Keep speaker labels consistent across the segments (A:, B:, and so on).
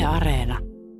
A: Areena.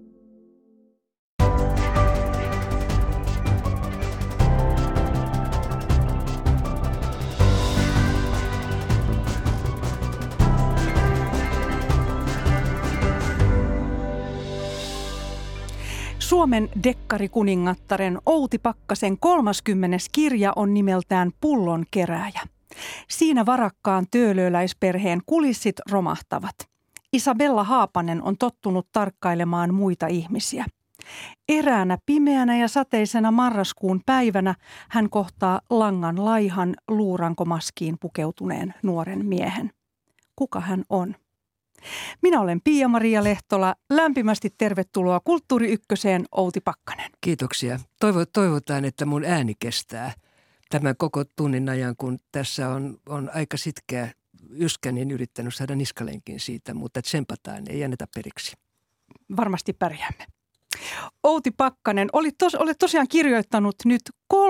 B: Suomen dekkarikuningattaren Outi Pakkasen 30. kirja on nimeltään Pullonkerääjä. Siinä varakkaan töölöläisperheen kulissit romahtavat. Isabella Haapanen on tottunut tarkkailemaan muita ihmisiä. Eräänä pimeänä ja sateisena marraskuun päivänä hän kohtaa langan laihan luurankomaskiin pukeutuneen nuoren miehen. Kuka hän on? Minä olen Pia-Maria Lehtola. Lämpimästi tervetuloa Kulttuuri Ykköseen, Outi Pakkanen.
C: Kiitoksia. Toivotaan, että mun ääni kestää tämän koko tunnin ajan, kun tässä on aika sitkeä yskä, niin yrittänyt saada niskalenkin siitä, mutta tsempataan, ei anneta periksi.
B: Varmasti pärjäämme. Outi Pakkanen, olet tosiaan kirjoittanut nyt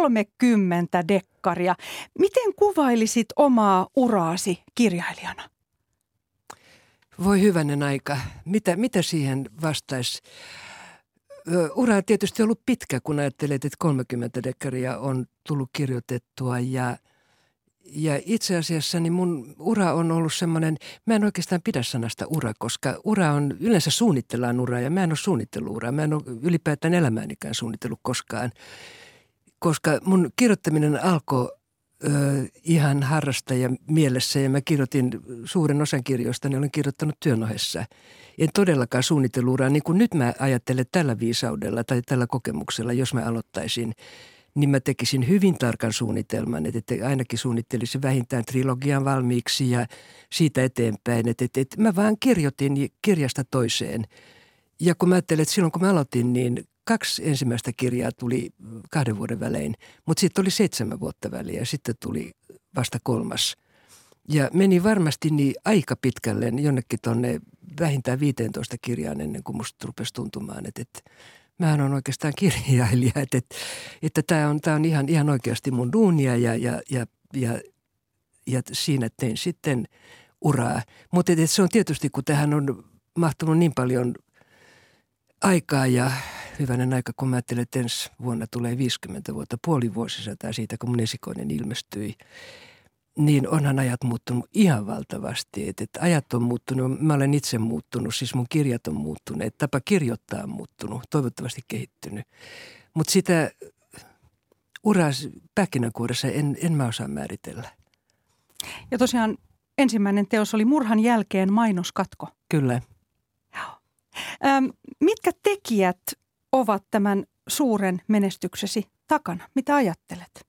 B: 30 dekkaria. Miten kuvailisit omaa uraasi kirjailijana?
C: Voi hyvänen aika. Mitä siihen vastaisi? Ura on tietysti ollut pitkä, kun ajattelet, että 30 dekkaria on tullut kirjoitettua ja itse asiassa niin mun ura on ollut semmoinen, mä en oikeastaan pidä sanasta ura, koska ura on, yleensä suunnitellaan uraa ja mä en ole suunnitellut uraa. Mä en ole ylipäätään elämäänikään suunnitellut koskaan, koska mun kirjoittaminen alkoi ihan harrastaja mielessä ja mä kirjoitin suuren osan kirjoista, niin olen kirjoittanut työn ohessa. En todellakaan suunnitellut uraa, niin kuin nyt mä ajattelen tällä viisaudella tai tällä kokemuksella, jos mä aloittaisin, niin mä tekisin hyvin tarkan suunnitelman, että ainakin suunnittelisin vähintään trilogian valmiiksi ja siitä eteenpäin. Että mä vaan kirjoitin kirjasta toiseen. Ja kun mä ajattelen, että silloin kun mä aloitin, niin 2 ensimmäistä kirjaa tuli 2 vuoden välein, mutta sitten oli 7 vuotta väliä ja sitten tuli vasta 3. Ja meni varmasti niin aika pitkälle jonnekin tuonne vähintään 15 kirjaan ennen kuin musta rupesi tuntumaan, että mähän on oikeastaan kirjailija, että tämä on ihan oikeasti mun duunia ja siinä tein sitten uraa. Mutta se on tietysti, kun tähän on mahtunut niin paljon aikaa ja hyvänen aika, kun mä ajattelen, että ensi vuonna tulee 50 vuotta, puoli vuosisataa siitä, kun mun esikoinen ilmestyi, niin onhan ajat muuttunut ihan valtavasti. Että ajat on muuttunut, mä olen itse muuttunut, siis mun kirjat on muuttuneet, tapa kirjoittaa on muuttunut, toivottavasti kehittynyt. Mutta sitä uraa pähkinänkuoressa en mä osaa määritellä.
B: Ja tosiaan ensimmäinen teos oli Murhan jälkeen mainoskatko.
C: Kyllä.
B: Mitkä tekijät ovat tämän suuren menestyksesi takana? Mitä ajattelet?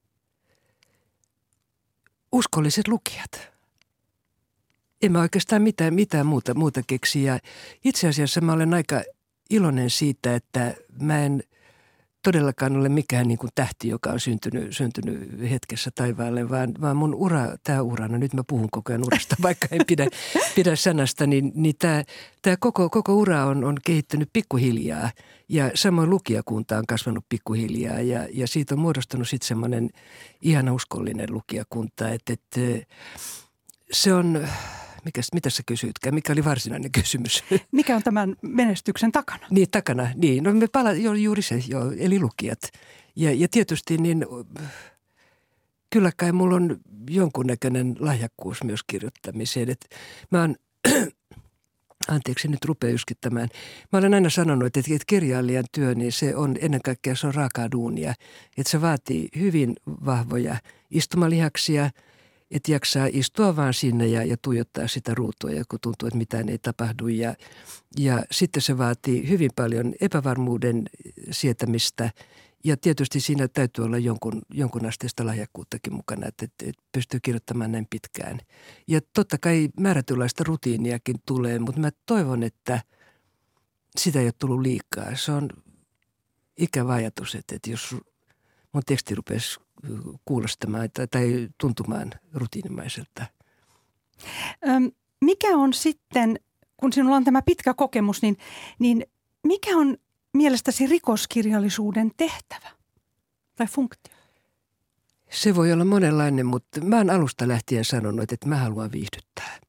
C: Uskolliset lukijat. En mä oikeastaan mitään muuta keksi. Ja itse asiassa mä olen aika iloinen siitä, että mä en todellakaan ole mikään niin kuin tähti, joka on syntynyt hetkessä taivaalle, vaan mun tämä ura, no nyt mä puhun koko ajan urasta, vaikka en pidä sanasta, niin tämä koko ura on kehittynyt pikkuhiljaa ja samoin lukijakunta on kasvanut pikkuhiljaa ja siitä on muodostunut sitten semmoinen ihana uskollinen lukijakunta, että se on, mitä sä kysytkään, mikä oli varsinainen kysymys?
B: Mikä on tämän menestyksen takana?
C: Niin, takana, niin. No me juuri se, eli lukijat. Ja tietysti niin kyllä kai mulla on jonkunnäköinen lahjakkuus myös kirjoittamiseen. Että mä oon, anteeksi nyt rupeaa yskittämään. Mä olen aina sanonut, että kirjailijan työ, niin se on ennen kaikkea se on raakaa duunia. Että se vaatii hyvin vahvoja istumalihaksia, että jaksaa istua vaan sinne ja tuijottaa sitä ruutua, ja kun tuntuu, että mitään ei tapahdu. Ja sitten se vaatii hyvin paljon epävarmuuden sietämistä. Ja tietysti siinä täytyy olla jonkun asteista lahjakkuuttakin mukana, että pystyy kirjoittamaan näin pitkään. Ja totta kai määrätynlaista rutiiniakin tulee, mutta mä toivon, että sitä ei ole tullut liikaa. Se on ikävä ajatus, että jos mun teksti rupesi kuulostamaan tai tuntumaan rutiinimaiselta.
B: Mikä on sitten, kun sinulla on tämä pitkä kokemus, niin mikä on mielestäsi rikoskirjallisuuden tehtävä tai funktio?
C: Se voi olla monenlainen, mutta mä oon alusta lähtien sanonut, että mä haluan viihdyttää.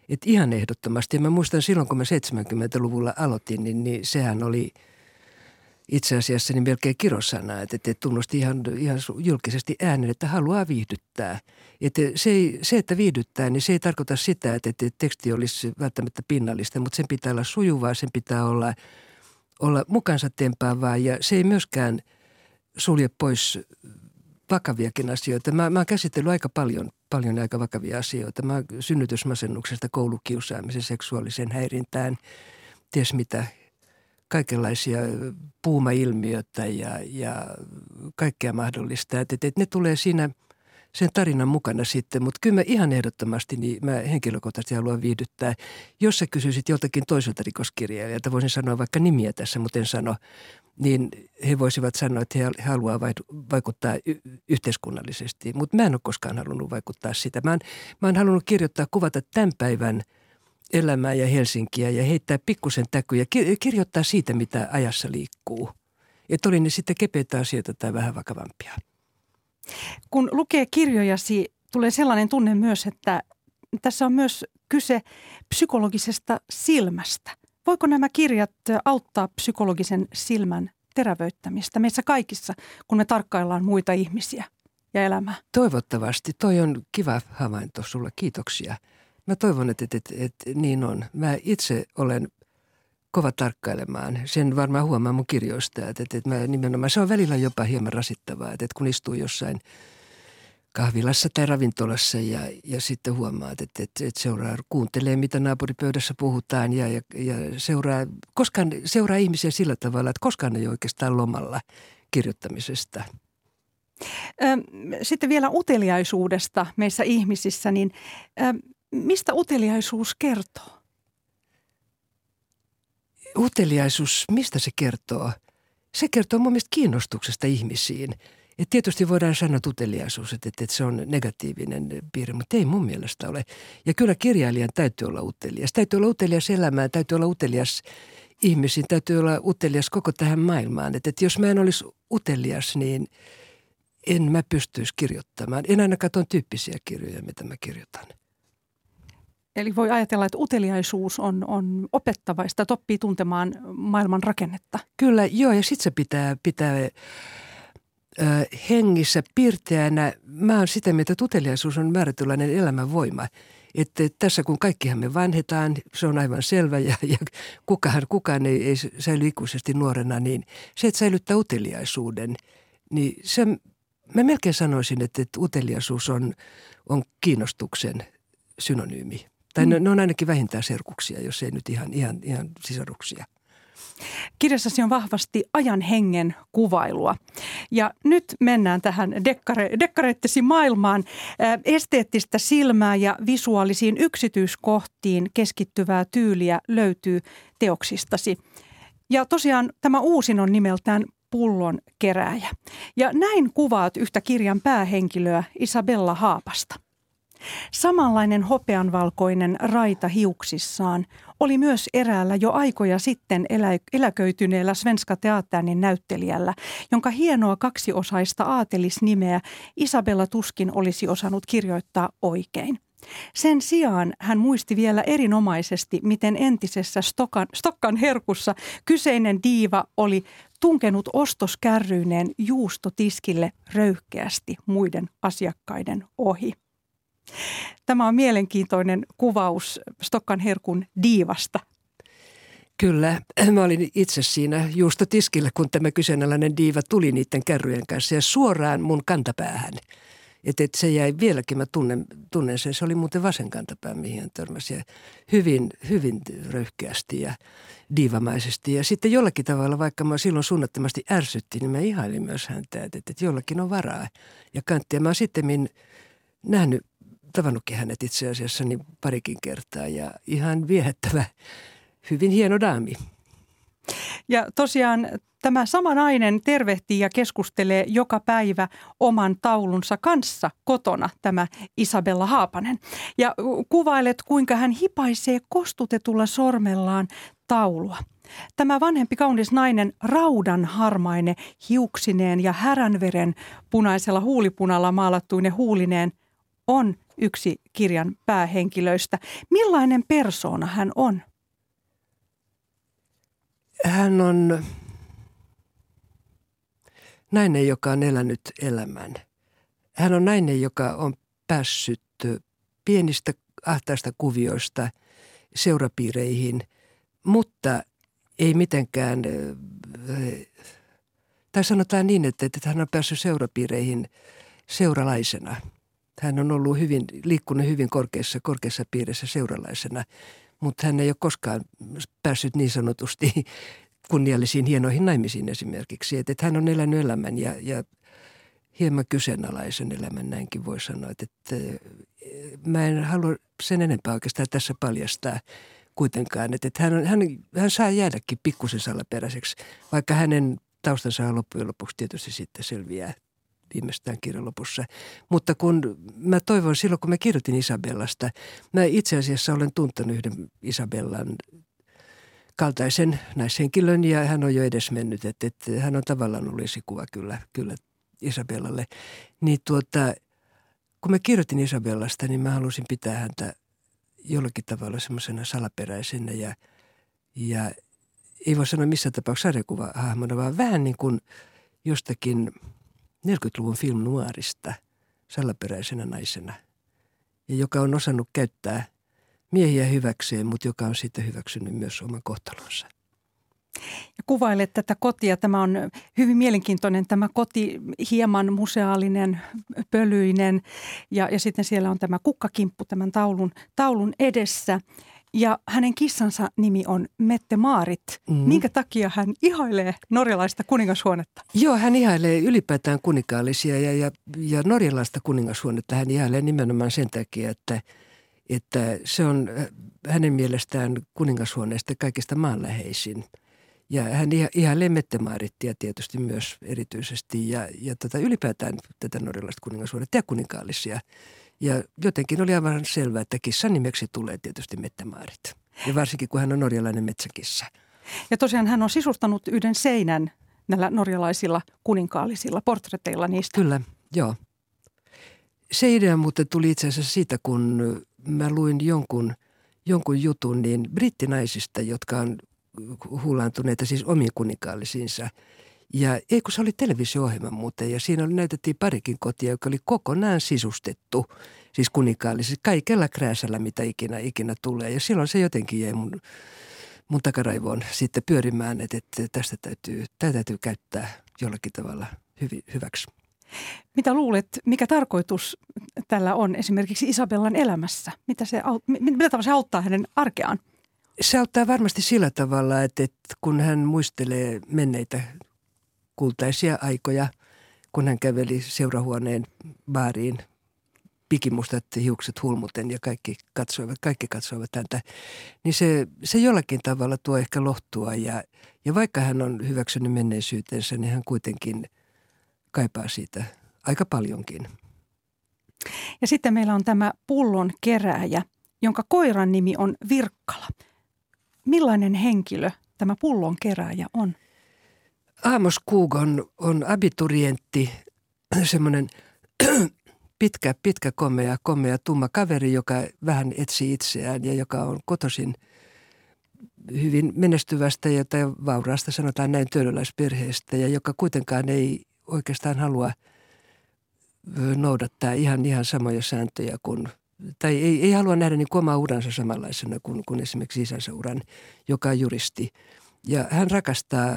C: Että ihan ehdottomasti. Ja mä muistan silloin, kun mä 70-luvulla aloitin, niin sehän oli itse asiassa niin melkein kirosana, että tunnusti ihan julkisesti äänen, että haluaa viihdyttää. Että se, että viihdyttää, niin se ei tarkoita sitä, että teksti olisi välttämättä pinnallista, mutta sen pitää olla sujuvaa, sen pitää olla mukansa tempaavaa ja se ei myöskään sulje pois vakaviakin asioita. Mä oon käsitellyt aika paljon aika vakavia asioita. Mä oon synnytysmasennuksesta koulukiusaamisen, seksuaalisen häirintään, ties mitä, kaikenlaisia puumailmiötä ja kaikkea mahdollista. Että ne tulee siinä sen tarinan mukana sitten, mutta kyllä mä ihan ehdottomasti, niin mä henkilökohtaisesti haluan viihdyttää. Jos sä kysyisit joltakin toiselta rikoskirjailijalta, voisin sanoa vaikka nimiä tässä, mutta en sano, niin he voisivat sanoa, että he haluaa vaikuttaa yhteiskunnallisesti. Mutta mä en ole koskaan halunnut vaikuttaa sitä. Mä oon halunnut kuvata tämän päivän elämää ja Helsinkiä ja heittää pikkusen täkyjä, kirjoittaa siitä, mitä ajassa liikkuu. Että oli ne sitten kepeitä asioita tai vähän vakavampia.
B: Kun lukee kirjojasi, tulee sellainen tunne myös, että tässä on myös kyse psykologisesta silmästä. Voiko nämä kirjat auttaa psykologisen silmän terävöittämistä meissä kaikissa, kun me tarkkaillaan muita ihmisiä ja elämää?
C: Toivottavasti. Toi on kiva havainto sulla. Kiitoksia. Mä toivon, että niin on. Mä itse olen kova tarkkailemaan. Sen varmaan huomaa mun kirjoista, että mä nimenomaan, se on välillä jopa hieman rasittavaa, että kun istuu jossain kahvilassa tai ravintolassa ja sitten huomaa, että kuuntelee, mitä naapuripöydässä puhutaan ja seuraa ihmisiä sillä tavalla, että koskaan ei oikeastaan lomalla kirjoittamisesta.
B: Sitten vielä uteliaisuudesta meissä ihmisissä, niin mistä uteliaisuus kertoo?
C: Uteliaisuus, mistä se kertoo? Se kertoo mun mielestä kiinnostuksesta ihmisiin. Et tietysti voidaan sanoa uteliaisuus, että se on negatiivinen piirre, mutta ei mun mielestä ole. Ja kyllä kirjailijan täytyy olla utelias. Täytyy olla utelias elämään, täytyy olla utelias ihmisiin, täytyy olla utelias koko tähän maailmaan. Että jos mä en olisi utelias, niin en mä pystyisi kirjoittamaan. En ainakaan tuon tyyppisiä kirjoja, mitä mä kirjoitan.
B: Eli voi ajatella, että uteliaisuus on opettavaista, että oppii tuntemaan maailman rakennetta.
C: Kyllä, joo, ja sitten se pitää hengissä, pirteänä. Mä oon sitä mieltä, että uteliaisuus on määrätynlainen elämänvoima. Että tässä kun kaikkihan me vanhetaan, se on aivan selvä ja kukaan ei säily ikuisesti nuorena, niin se, että säilyttää uteliaisuuden, niin se, mä melkein sanoisin, että uteliaisuus on kiinnostuksen synonyymi. Tai ne on ainakin vähintään serkuksia, jos ei nyt ihan sisaruksia.
B: Kirjassasi on vahvasti ajan hengen kuvailua. Ja nyt mennään tähän dekkareittesi maailmaan. Esteettistä silmää ja visuaalisiin yksityiskohtiin keskittyvää tyyliä löytyy teoksistasi. Ja tosiaan tämä uusin on nimeltään Pullon kerääjä. Ja näin kuvaat yhtä kirjan päähenkilöä Isabella Haapasta. Samanlainen hopeanvalkoinen raita hiuksissaan oli myös eräällä jo aikoja sitten eläköityneellä Svenska Teaternin näyttelijällä, jonka hienoa kaksiosaista aatelisnimeä Isabella tuskin olisi osannut kirjoittaa oikein. Sen sijaan hän muisti vielä erinomaisesti, miten entisessä Stokkan herkussa kyseinen diiva oli tunkenut ostoskärryineen juustotiskille röyhkeästi muiden asiakkaiden ohi. Tämä on mielenkiintoinen kuvaus Stokkan herkun diivasta.
C: Kyllä, mä olin itse siinä juustotiskillä, kun tämä kyseenalainen diiva tuli niiden kärryjen kanssa ja suoraan mun kantapäähän. Että se jäi vieläkin, mä tunnen sen. Se oli muuten vasen kantapää, mihin hän törmäsi. Hyvin röyhkeästi ja diivamaisesti. Ja sitten jollakin tavalla, vaikka mä silloin suunnattomasti ärsyttiin, niin mä ihailin myös häntä, että jollakin on varaa ja kanttia. Mä oon sitten tavannutkin hänet itse asiassa niin parikin kertaa ja ihan viehättävä, hyvin hieno daami.
B: Ja tosiaan tämä sama nainen tervehtii ja keskustelee joka päivä oman taulunsa kanssa kotona, tämä Isabella Haapanen. Ja kuvailet, kuinka hän hipaisee kostutetulla sormellaan taulua. Tämä vanhempi kaunis nainen, raudanharmaine hiuksineen ja häränveren punaisella huulipunalla maalattuine huulineen, on yksi kirjan päähenkilöistä. Millainen persoona hän on?
C: Hän on nainen, joka on elänyt elämän. Hän on nainen, joka on päässyt pienistä ahtaista kuvioista seurapiireihin, mutta ei mitenkään, tai sanotaan niin, että hän on päässyt seurapiireihin seuralaisena. Hän on ollut liikkunut hyvin korkeassa piirissä seuralaisena, mutta hän ei ole koskaan päässyt niin sanotusti kunniallisiin hienoihin naimisiin esimerkiksi. Että hän on elänyt elämän ja hieman kyseenalaisen elämän, näinkin voi sanoa. Että mä en halua sen enempää oikeastaan tässä paljastaa kuitenkaan. Että hän saa jäädäkin pikkusen salaperäiseksi, vaikka hänen taustansa loppujen lopuksi tietysti sitten selviää viimeistään kirjan lopussa. Mutta kun mä toivon silloin, kun mä kirjoitin Isabellasta, mä itse asiassa olen tuntenut yhden Isabellan kaltaisen naishenkilön ja hän on jo edesmennyt, että hän on tavallaan ollut esikuva kyllä Isabellalle. Niin kun mä kirjoitin Isabellasta, niin mä halusin pitää häntä jollakin tavalla semmoisena salaperäisenä ja ei voi sanoa missään tapauksessa sarjakuva-hahmona, vaan vähän niin kuin jostakin 40-luvun film noirista salaperäisenä naisena, ja joka on osannut käyttää miehiä hyväkseen, mutta joka on sitten hyväksynyt myös oman kohtalonsa.
B: Ja kuvailet tätä kotia. Tämä on hyvin mielenkiintoinen tämä koti, hieman museaalinen, pölyinen ja sitten siellä on tämä kukkakimppu tämän taulun edessä. Ja hänen kissansa nimi on Mette-Maarit. Minkä takia hän ihailee norjalaista kuningashuonetta?
C: Joo, hän ihailee ylipäätään kuninkaallisia ja norjalaista kuningashuonetta hän ihailee nimenomaan sen takia, että se on hänen mielestään kuningashuoneesta kaikista maanläheisin. Ja hän ihailee Mette-Maarittia tietysti myös erityisesti ja ylipäätään tätä norjalaista kuningashuonetta ja kuninkaallisia. Ja jotenkin oli aivan selvää, että kissan nimeksi tulee tietysti Mette-Maarit. Ja varsinkin, kun hän on norjalainen metsäkissa.
B: Ja tosiaan hän on sisustanut yhden seinän näillä norjalaisilla kuninkaallisilla portreteilla niistä.
C: Kyllä, joo. Se idea muuten tuli itse asiassa siitä, kun mä luin jonkun jutun niin brittinaisista, jotka on hullaantuneita siis omiin kuninkaallisiinsa. Ja kun se oli televisio-ohjelma muuten ja siinä näytettiin parikin kotia, joka oli kokonaan sisustettu, siis kuninkaallisissa, kaikella krääsällä, mitä ikinä tulee. Ja silloin se jotenkin jäi mun takaraivoon sitten pyörimään, että tästä täytyy käyttää jollakin tavalla hyväksi.
B: Mitä luulet, mikä tarkoitus tällä on esimerkiksi Isabellan elämässä? Millä tavalla se auttaa hänen arkeaan?
C: Se auttaa varmasti sillä tavalla, että kun hän muistelee menneitä kultaisia aikoja, kun hän käveli seurahuoneen baariin, pikimustat hiukset hulmuten ja kaikki katsoivat häntä, niin se jollakin tavalla tuo ehkä lohtua ja vaikka hän on hyväksynyt menneisyytensä, niin hän kuitenkin kaipaa siitä aika paljonkin.
B: Ja sitten meillä on tämä pullon kerääjä, jonka koiran nimi on Virkkala. Millainen henkilö tämä pullon kerääjä on?
C: Amos Cook on abiturientti, semmoinen pitkä, komea, tumma kaveri, joka vähän etsii itseään ja joka on kotoisin hyvin menestyvästä ja vauraasta, sanotaan näin, töölöläisperheestä ja joka kuitenkaan ei oikeastaan halua noudattaa ihan samoja sääntöjä tai ei halua nähdä niin omaa uransa samanlaisena kuin esimerkiksi isänsä uran, joka on juristi. Ja hän rakastaa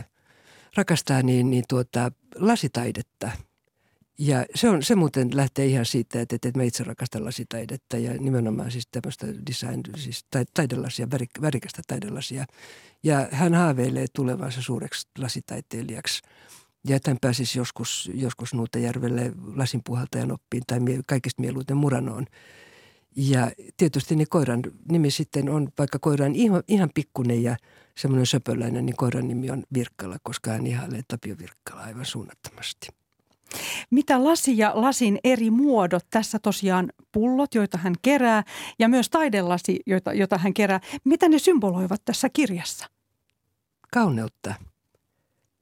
C: lasitaidetta. Ja se muuten lähtee ihan siitä, että mä itse rakastan lasitaidetta ja nimenomaan siis tämmöistä siis taidelasia, värikästä taidelasia. Ja hän haaveilee tulevansa suureksi lasitaiteilijaksi. Ja että hän pääsisi joskus Nuutajärvelle lasinpuhaltajan oppiin tai kaikista mieluiten Muranoon. Ja tietysti niin koiran nimi sitten on, vaikka koira on ihan pikkunen ja semmoinen söpöläinen, niin koiran nimi on Virkkala, koska hän ihailee Tapio Virkkala aivan suunnattomasti.
B: Mitä lasi ja lasin eri muodot, tässä tosiaan pullot, joita hän kerää ja myös taidelasi, jota hän kerää. Mitä ne symboloivat tässä kirjassa?
C: Kauneutta.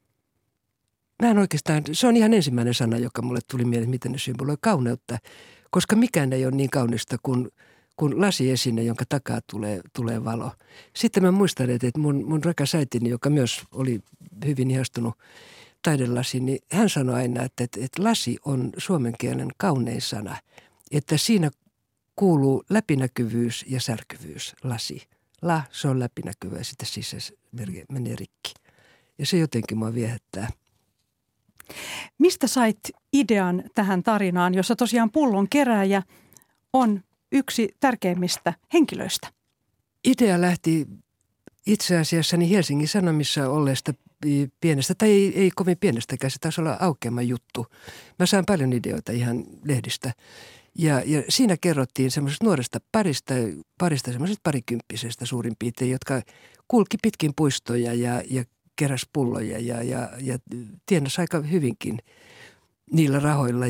C: Se on ihan ensimmäinen sana, joka mulle tuli mieleen, miten ne symboloi kauneutta. koska mikään ei ole niin kaunista kuin lasiesine, jonka takaa tulee valo. Sitten mä muistan, että mun rakas äitini, joka myös oli hyvin ihastunut taidelasiin, niin hän sanoi aina, että lasi on suomen kielen kaunein sana. Että siinä kuuluu läpinäkyvyys ja särkyvyys, lasi. Se on läpinäkyvä ja sitten sisässä menee rikki. Ja se jotenkin mua viehättää.
B: Mistä sait idean tähän tarinaan, jossa tosiaan pullon kerääjä on yksi tärkeimmistä henkilöistä?
C: Idea lähti itse asiassa Helsingin Sanomissa olleesta pienestä, tai ei kovin pienestäkään, se taisi olla aukeama juttu. Mä saan paljon ideoita ihan lehdistä. Ja siinä kerrottiin semmoisesta nuoresta parista semmoisesta parikymppisestä suurin piirtein, jotka kulki pitkin puistoja ja keräs pulloja ja tienasi aika hyvinkin niillä rahoilla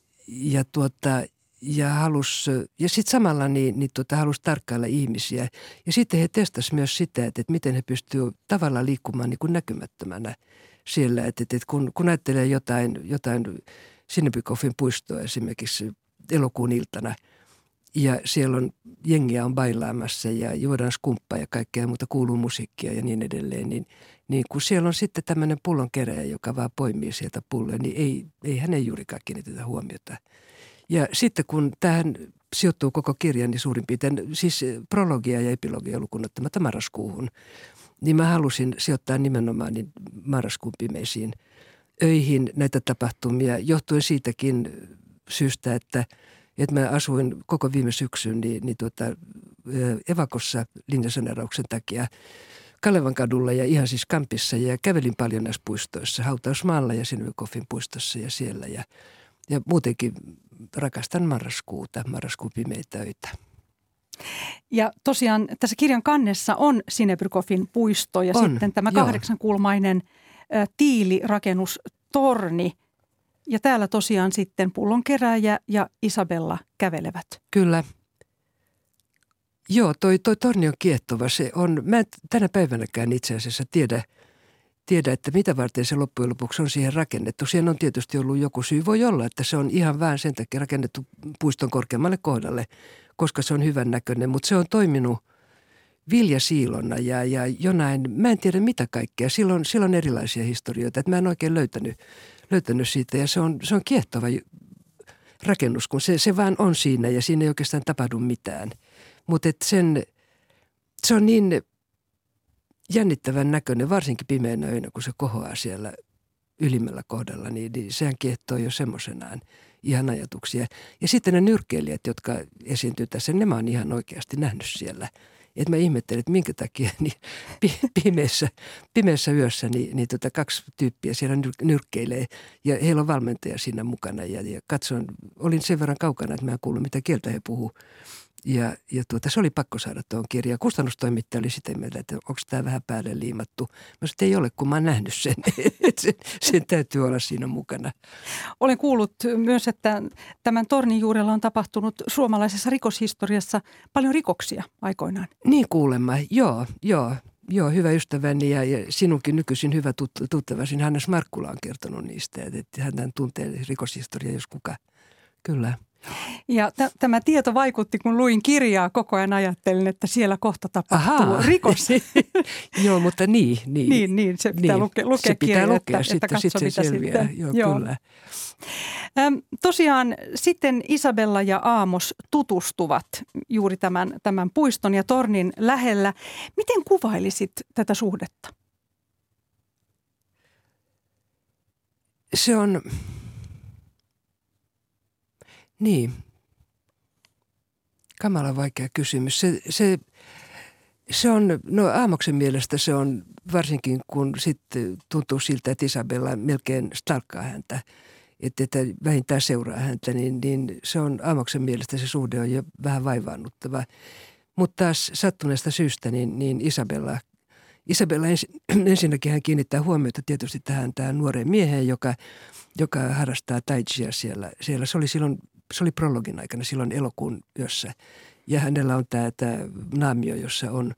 C: ja sitten samalla halusi tarkkailla ihmisiä. Ja sitten he testasivat myös sitä, että miten he pystyvät tavallaan liikkumaan niin kuin näkymättömänä siellä. Että kun ajattelee jotain Sinebrychoffin puistoa esimerkiksi elokuun iltana ja siellä jengiä on bailaamassa ja juodaan skumppaa ja kaikkea muuta, kuuluu musiikkia ja niin edelleen, niin kun siellä on sitten tämmöinen pullonkerääjä, joka vaan poimii sieltä pulloja, niin ei hänen juurikaan kiinnitetä huomiota. Ja sitten kun tähän sijoittuu koko kirja, niin suurin piirtein, siis prologia ja epilogia lukuun ottamatta marraskuuhun, niin mä halusin sijoittaa nimenomaan niin marraskuun pimeisiin öihin näitä tapahtumia, johtuen siitäkin syystä, että mä asuin koko viime syksyn evakossa linjasaneerauksen takia Kalevan kadulla ja ihan siis kampissa ja kävelin paljon näissä puistoissa, Hautausmaalla ja Sinebrychoffin puistossa ja siellä ja muutenkin rakastan marraskuun pimeitä öitä.
B: Ja tosiaan tässä kirjan kannessa on Sinebrychoffin puisto ja sitten tämä 8-kulmainen tiilirakennustorni. Ja täällä tosiaan sitten pullonkerääjä ja Isabella kävelevät.
C: Kyllä. Joo, toi torni on kiehtova. Mä en tänä päivänäkään itse asiassa tiedä, että mitä varten se loppujen lopuksi on siihen rakennettu. Siihen on tietysti ollut joku syy. Voi olla, että se on ihan vähän sen takia rakennettu puiston korkeammalle kohdalle, koska se on hyvän näköinen. Mutta se on toiminut viljasiilona ja jonain, mä en tiedä mitä kaikkea. Sillä on erilaisia historioita, että mä en oikein löytänyt siitä. Ja se on kiehtova rakennus, kun se vaan on siinä ja siinä ei oikeastaan tapahdu mitään. Mutta se on niin jännittävän näköinen, varsinkin pimeänä öinä, kun se kohoaa siellä ylimmällä kohdalla, niin sehän kiehtoo jo semmoisenaan ihan ajatuksia. Ja sitten ne nyrkkeilijät, jotka esiintyy tässä, ne mä oon ihan oikeasti nähnyt siellä. Että mä ihmettelen, että minkä takia niin pimeässä yössä kaksi tyyppiä siellä nyrkkeilee ja heillä on valmentaja siinä mukana ja katson, olin sen verran kaukana, että mä en kuullut mitä kieltä he puhuu. Ja se oli pakko saada tuon kirjaan. Kustannustoimittaja oli sitä mieltä, että onko tämä vähän päälle liimattu. Mä sanoin, että ei ole, kun mä oon nähnyt sen. Sen täytyy olla siinä mukana.
B: Olen kuullut myös, että tämän tornin juurella on tapahtunut suomalaisessa rikoshistoriassa paljon rikoksia aikoinaan.
C: Niin kuulemma, joo, hyvä ystäväni ja sinunkin nykyisin hyvä tuttavasi. Hannes Markkula on kertonut niistä, että hän tuntee rikoshistoriaa, jos kuka. Kyllä.
B: Ja tämä tieto vaikutti, kun luin kirjaa, koko ajan ajattelin, että siellä kohta tapahtuu rikos.
C: Joo, mutta niin.
B: Niin, se pitää lukea
C: se pitää lukea,
B: että katso,
C: sitten se selviää. Joo, kyllä.
B: Tosiaan sitten Isabella ja Aamos tutustuvat juuri tämän puiston ja tornin lähellä. Miten kuvailisit tätä suhdetta?
C: Se on... Niin. Kamala vaikea kysymys. Se on, Aamoksen mielestä se on, varsinkin kun sitten tuntuu siltä, että Isabella melkein stalkkaa häntä, että vähintään seuraa häntä, niin se on Aamoksen mielestä se suhde on jo vähän vaivaannuttava. Mutta taas sattuneesta syystä, niin Isabella ensinnäkin hän kiinnittää huomiota tietysti tähän nuoreen mieheen, joka harrastaa tai chiä siellä. Se oli prologin aikana silloin elokuun yössä. Ja hänellä on tämä naamio, jossa on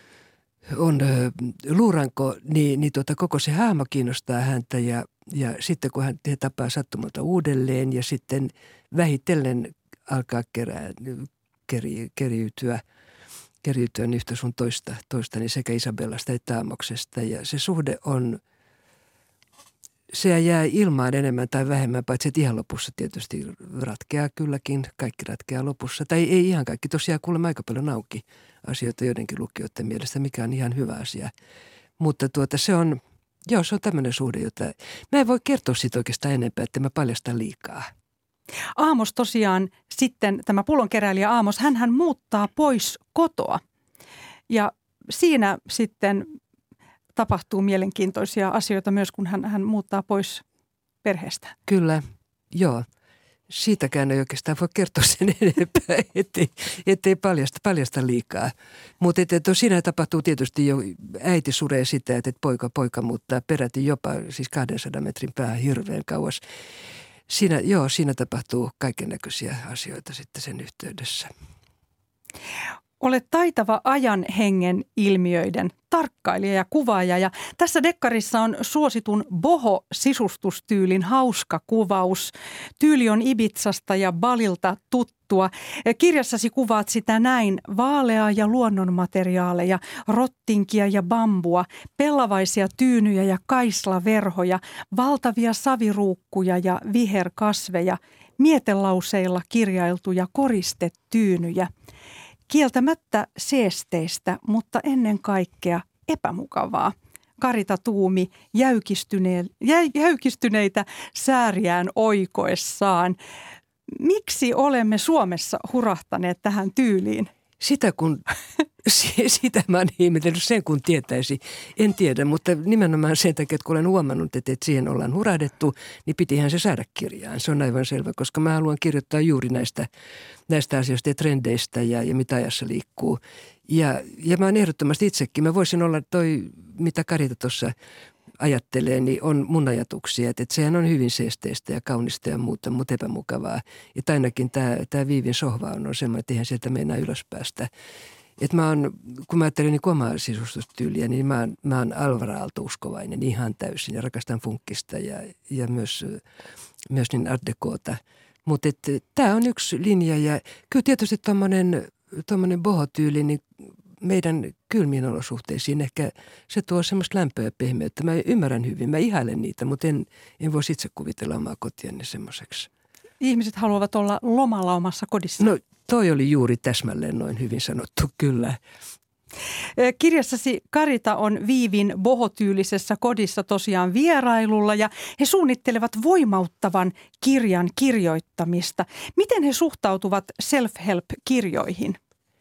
C: luuranko, niin koko se hahmo kiinnostaa häntä. Ja sitten kun he tapaa sattumalta uudelleen ja sitten vähitellen alkaa keriytyä yhtä sun toista niin sekä Isabellasta että Amoksesta. Ja se suhde se jää ilmaan enemmän tai vähemmän, paitsi että ihan lopussa tietysti ratkeaa kylläkin. Kaikki ratkeaa lopussa. Tai ei ihan kaikki. Tosiaan kuulemma aika paljon auki asioita joidenkin lukijoiden mielestä, mikä on ihan hyvä asia. Mutta se on tämmöinen suhde, jota mä en voi kertoa siitä oikeastaan enempää, että mä paljastan liikaa.
B: Aamos tosiaan sitten, tämä pullonkeräilijä Aamos, hän muuttaa pois kotoa. Ja siinä sitten tapahtuu mielenkiintoisia asioita myös, kun hän muuttaa pois perheestä.
C: Kyllä, joo. Siitäkään ei oikeastaan voi kertoa sen enempää, ettei paljasta liikaa. Mutta siinä tapahtuu tietysti jo, äiti suree sitä, että poika muuttaa peräti jopa siis 200 metrin päähän hirveän kauas. Siinä tapahtuu kaikennäköisiä asioita sitten sen yhteydessä.
B: Olet taitava ajan hengen ilmiöiden tarkkailija ja kuvaaja ja tässä dekkarissa on suositun boho-sisustustyylin hauska kuvaus. Tyyli on Ibizasta ja Balilta tuttua. Kirjassasi kuvaat sitä näin: vaaleaa ja luonnonmateriaaleja, rottinkia ja bambua, pellavaisia tyynyjä ja kaislaverhoja, valtavia saviruukkuja ja viherkasveja, mietelauseilla kirjailtuja koristetyynyjä. Kieltämättä seesteistä, mutta ennen kaikkea epämukavaa. Karita tuumi jäykistyneitä sääriään oikoessaan. Miksi olemme Suomessa hurahtaneet tähän tyyliin?
C: Sitä mä oon ihmetellyt sen, kun tietäisi. En tiedä, mutta nimenomaan sen takia, että kun olen huomannut, että siihen ollaan hurahdettu, niin pitihän se saada kirjaan. Se on aivan selvä, koska mä haluan kirjoittaa juuri näistä asioista ja trendeistä ja mitä ajassa liikkuu. Ja mä oon ehdottomasti itsekin. Mä voisin olla mitä Karita tuossa ajattelee, niin on mun ajatuksia. Että sehän on hyvin seesteistä ja kaunista ja muuta, mutta epämukavaa. Että ainakin tämä Viivin sohva on semmoinen, että eihän sieltä mennä ylös päästä. Että kun mä ajattelen niin omaa sisustustyyliä, niin mä oon Alvar Aalto-uskovainen ihan täysin ja rakastan funkkista ja myös niin art decota. Mutta tämä on yksi linja ja kyllä tietysti tuommoinen boho-tyyli, niin meidän kylmiin olosuhteisiin ehkä se tuo semmoista lämpöä ja pehmeyttä. Mä ymmärrän hyvin, mä ihailen niitä, mutta en voisi itse kuvitella omaa kotiani semmoiseksi.
B: Ihmiset haluavat olla lomalla omassa kodissa.
C: No toi oli juuri täsmälleen noin hyvin sanottu, kyllä.
B: Kirjassasi Karita on Viivin bohotyylisessä kodissa tosiaan vierailulla ja he suunnittelevat voimauttavan kirjan kirjoittamista. Miten he suhtautuvat self-help-kirjoihin?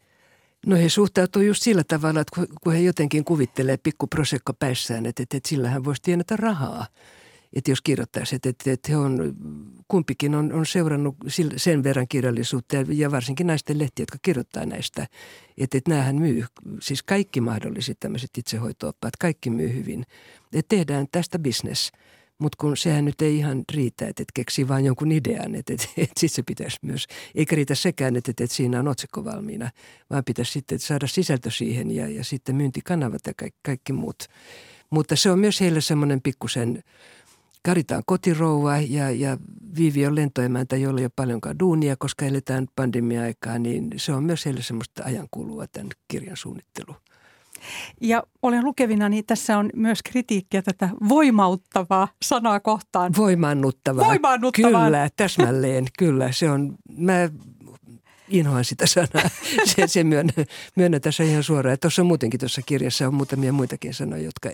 C: No he suhtautuu just sillä tavalla, että kun he jotenkin kuvittelee pikku prosekko päissään, että sillähän voisi tienata rahaa. Että jos kirjoittaisi, että he kumpikin on seurannut sen verran kirjallisuutta ja varsinkin naisten lehtiä, jotka kirjoittaa näistä. Että näähän myy, siis kaikki mahdolliset tämmöiset itsehoito-oppaat, kaikki myy hyvin. Että tehdään tästä business, mutta kun sehän nyt ei ihan riitä, että keksii vaan jonkun idean, että sitten se pitäisi myös. Eikä riitä sekään, että siinä on otsikko valmiina, vaan pitäisi sitten saada sisältö siihen ja sitten myyntikanavat ja kaikki muut. Mutta se on myös heille semmoinen pikkusen. Karita on kotirouva ja Viivi on lentoemäntä, jolla ei ole paljonkaan duunia, koska eletään pandemia-aikaa, niin se on myös heille semmoista ajankulua tämän kirjan suunnittelu.
B: Ja olen lukevina, niin tässä on myös kritiikkiä tätä voimauttavaa sanaa kohtaan.
C: Voimaannuttavaa. Kyllä, täsmälleen, kyllä. Se on, mä inhoan sitä sanaa. Se myönnän tässä ihan suoraan. Tuossa muutenkin tuossa kirjassa on muutamia muitakin sanoja, jotka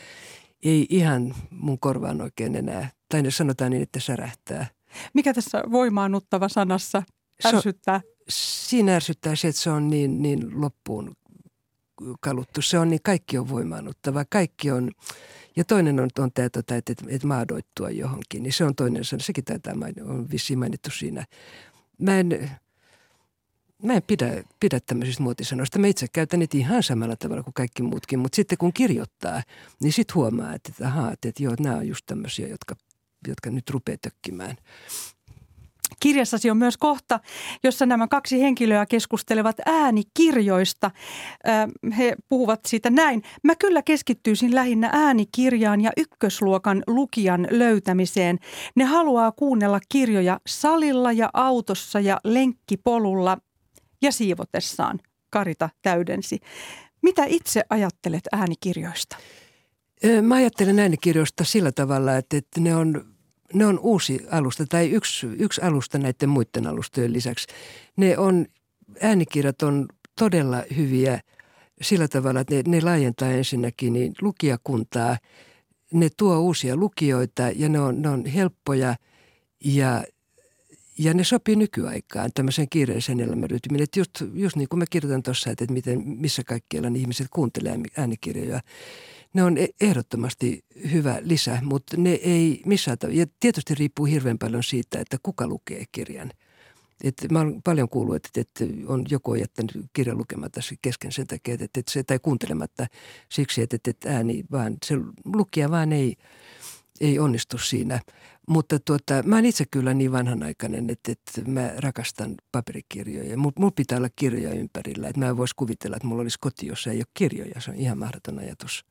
C: ei ihan mun korvaan oikein enää. Tai ne sanotaan niin, että särähtää.
B: Mikä tässä voimaannuttava sanassa ärsyttää?
C: Siinä ärsyttää se, että se on niin loppuun kaluttu. Se on niin, kaikki on voimaannuttava. Kaikki on, ja toinen on tämä, että maadoittua johonkin. Niin se on toinen sana. Sekin on vissiin mainittu siinä. Mä en pidä tämmöisistä muotisanoista. Mä itse käytän niitä ihan samalla tavalla kuin kaikki muutkin, mutta sitten kun kirjoittaa, niin sitten huomaa, että joo, nämä on just tämmöisiä, jotka nyt rupeaa tökkimään.
B: Kirjassasi on myös kohta, jossa nämä kaksi henkilöä keskustelevat äänikirjoista. He puhuvat siitä näin. Mä kyllä keskittyisin lähinnä äänikirjaan ja ykkösluokan lukijan löytämiseen. Ne haluaa kuunnella kirjoja salilla ja autossa ja lenkkipolulla ja siivotessaan, Karita täydensi. Mitä itse ajattelet äänikirjoista?
C: Mä ajattelen äänikirjoista sillä tavalla, että ne on uusi alusta tai yksi alusta näiden muiden alustojen lisäksi. Äänikirjat on todella hyviä sillä tavalla, että ne laajentaa ensinnäkin niin lukijakuntaa. Ne tuo uusia lukijoita ja ne on helppoja ja ne sopii nykyaikaan tämmöisen kiireisen elämänrytmiin. Että just niin kuin mä kirjoitan tuossa, että missä kaikkialla ne ihmiset kuuntelee äänikirjoja. Ne on ehdottomasti hyvä lisä, mutta ne ei missään tavalla. Ja tietysti riippuu hirveän paljon siitä, että kuka lukee kirjan. Mä olen paljon kuullut, että on joku jättänyt kirjan lukematta kesken sen takia, että se, tai kuuntelematta siksi, että ääni vaan, se lukija vaan ei onnistu siinä. Mutta mä oon itse kyllä niin vanhanaikainen, että mä rakastan paperikirjoja. Mulla pitää olla kirjoja ympärillä. Että mä en voisi kuvitella, että mulla olisi koti, jossa ei ole kirjoja. Se on ihan mahdoton ajatus.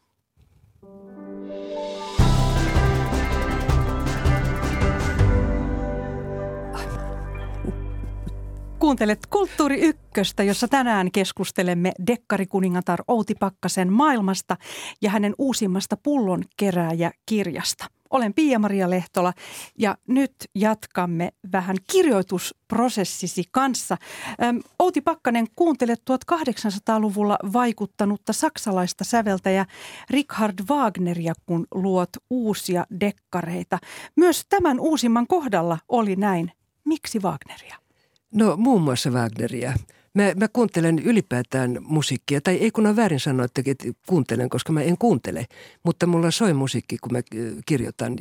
B: Kuuntelet Kulttuuri Ykköstä, jossa tänään keskustelemme dekkarikuningatar Outi Pakkasen maailmasta ja hänen uusimmasta Pullonkerääjä-kirjasta. Olen Pia-Maria Lehtola ja nyt jatkamme vähän kirjoitusprosessisi kanssa. Outi Pakkanen, kuuntelet 1800-luvulla vaikuttanutta saksalaista säveltäjä Richard Wagneria, kun luot uusia dekkareita. Myös tämän uusimman kohdalla oli näin. Miksi Wagneria?
C: No muun muassa Wagneria. Mä kuuntelen ylipäätään musiikkia, tai ei kun on väärin sanoa, että kuuntelen, koska mä en kuuntele, mutta mulla soi musiikki, kun mä kirjoitan.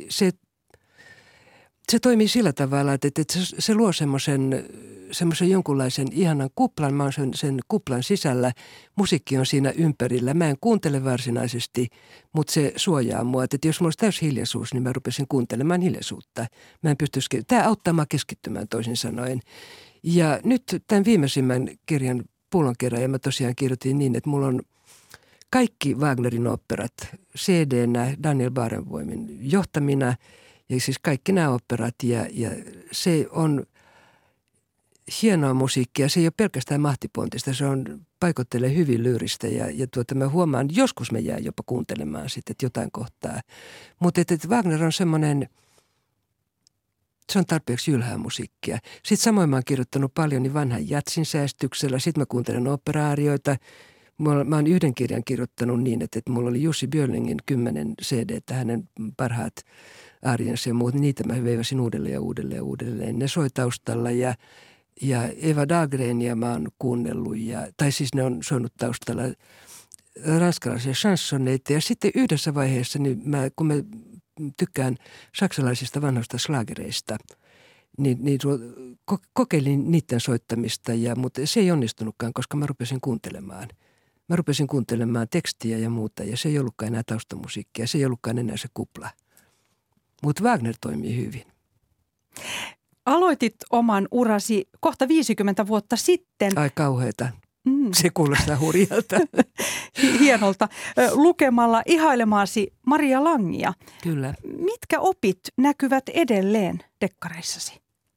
C: Se toimii sillä tavalla, että se luo semmoisen jonkunlaisen ihanan kuplan. Mä oon sen kuplan sisällä, musiikki on siinä ympärillä. Mä en kuuntele varsinaisesti, mutta se suojaa mua. Että jos mulla olisi täys hiljaisuus, niin mä rupesin kuuntelemaan hiljaisuutta. Mä en pystyisi, tämä auttaa mua keskittymään toisin sanoen. Ja nyt tämän viimeisimmän kirjan Pullonkerääjä mä tosiaan kirjoitin niin, että mulla on kaikki Wagnerin oopperat CD-nä Daniel Barenboimin johtamina ja siis kaikki nämä oopperat ja se on hienoa musiikkia. Se ei ole pelkästään mahtipontista, se on paikoittelee hyvin lyyristä ja mä huomaan, joskus me jää jopa kuuntelemaan sitten jotain kohtaa. Mutta että Wagner on semmoinen, se on tarpeeksi ylhää musiikkia. Sitten samoin mä oon kirjoittanut paljon niin vanhan jatsin säästyksellä. Sitten mä kuuntelen operaarioita. Mä oon yhden kirjan kirjoittanut niin, että mulla oli Jussi Björlingin 10 CD, että hänen parhaat aariansa ja muut. Niitä mä veivasin uudelleen ja uudelleen ja uudelleen. Ne soi taustalla ja Eva Dahlgrenia mä oon kuunnellut. Tai siis ne on soinut taustalla ranskalaisia chansonneita. Ja sitten yhdessä vaiheessa, niin kun mä tykkään saksalaisista vanhoista schlagereista, niin kokeilin niiden soittamista, mutta se ei onnistunutkaan, koska mä rupesin kuuntelemaan. Mä rupesin kuuntelemaan tekstiä ja muuta, ja se ei ollutkaan enää taustamusiikkia, se ei ollutkaan enää se kupla. Mutta Wagner toimii hyvin.
B: Aloitit oman urasi kohta 50 vuotta sitten.
C: Ai kauheeta. Se kuulostaa hurjalta.
B: Hienolta. Lukemalla ihailemaasi Maria Langia.
C: Kyllä.
B: Mitkä opit näkyvät edelleen dekkareissasi?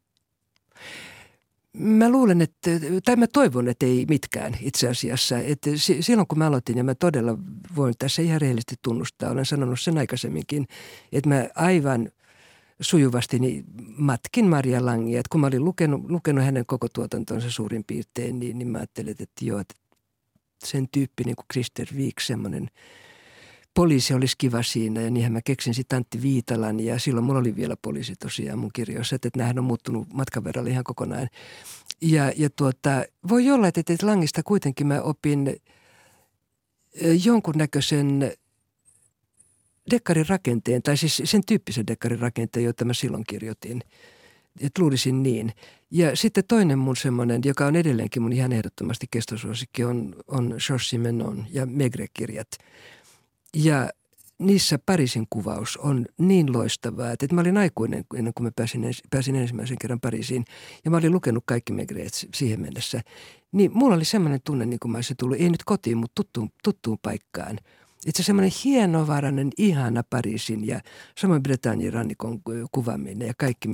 C: Mä luulen, tai mä toivon, että ei mitkään itse asiassa. Että silloin kun mä aloitin, ja mä todella voin tässä ihan rehellisesti tunnustaa, olen sanonut sen aikaisemminkin, että mä aivan sujuvasti niin matkin Maria Langia. Että kun mä olin lukenut hänen koko tuotantonsa suurin piirtein, niin mä ajattelin, että joo, että sen tyyppinen kuin Krister Wieck, semmoinen poliisi olisi kiva siinä. Ja niinhän mä keksin sitten Antti Viitalan ja silloin mulla oli vielä poliisi tosiaan mun kirjoissa, että nämähän on muuttunut matkan verran ihan kokonaan. Ja voi olla, että Langista kuitenkin mä opin jonkunnäköisen dekkarin rakenteen, tai siis sen tyyppisen dekkarin rakenteen, jota mä silloin kirjoitin. Että luulisin niin. Ja sitten toinen mun semmoinen, joka on edelleenkin mun ihan ehdottomasti kestosuosikki, on Georges Simenon ja Maigret-kirjat. Ja niissä Pariisin kuvaus on niin loistavaa, että mä olin aikuinen ennen kuin mä pääsin ensimmäisen kerran Pariisiin. Ja mä olin lukenut kaikki Maigret siihen mennessä. Niin mulla oli semmoinen tunne, niin kuin mä olisin tullut, ei nyt kotiin, mutta tuttuun paikkaan. Että se semmoinen hienovarainen, ihana Pariisin ja samoin Bretagnen rannikon kuvaaminen ja kaikki,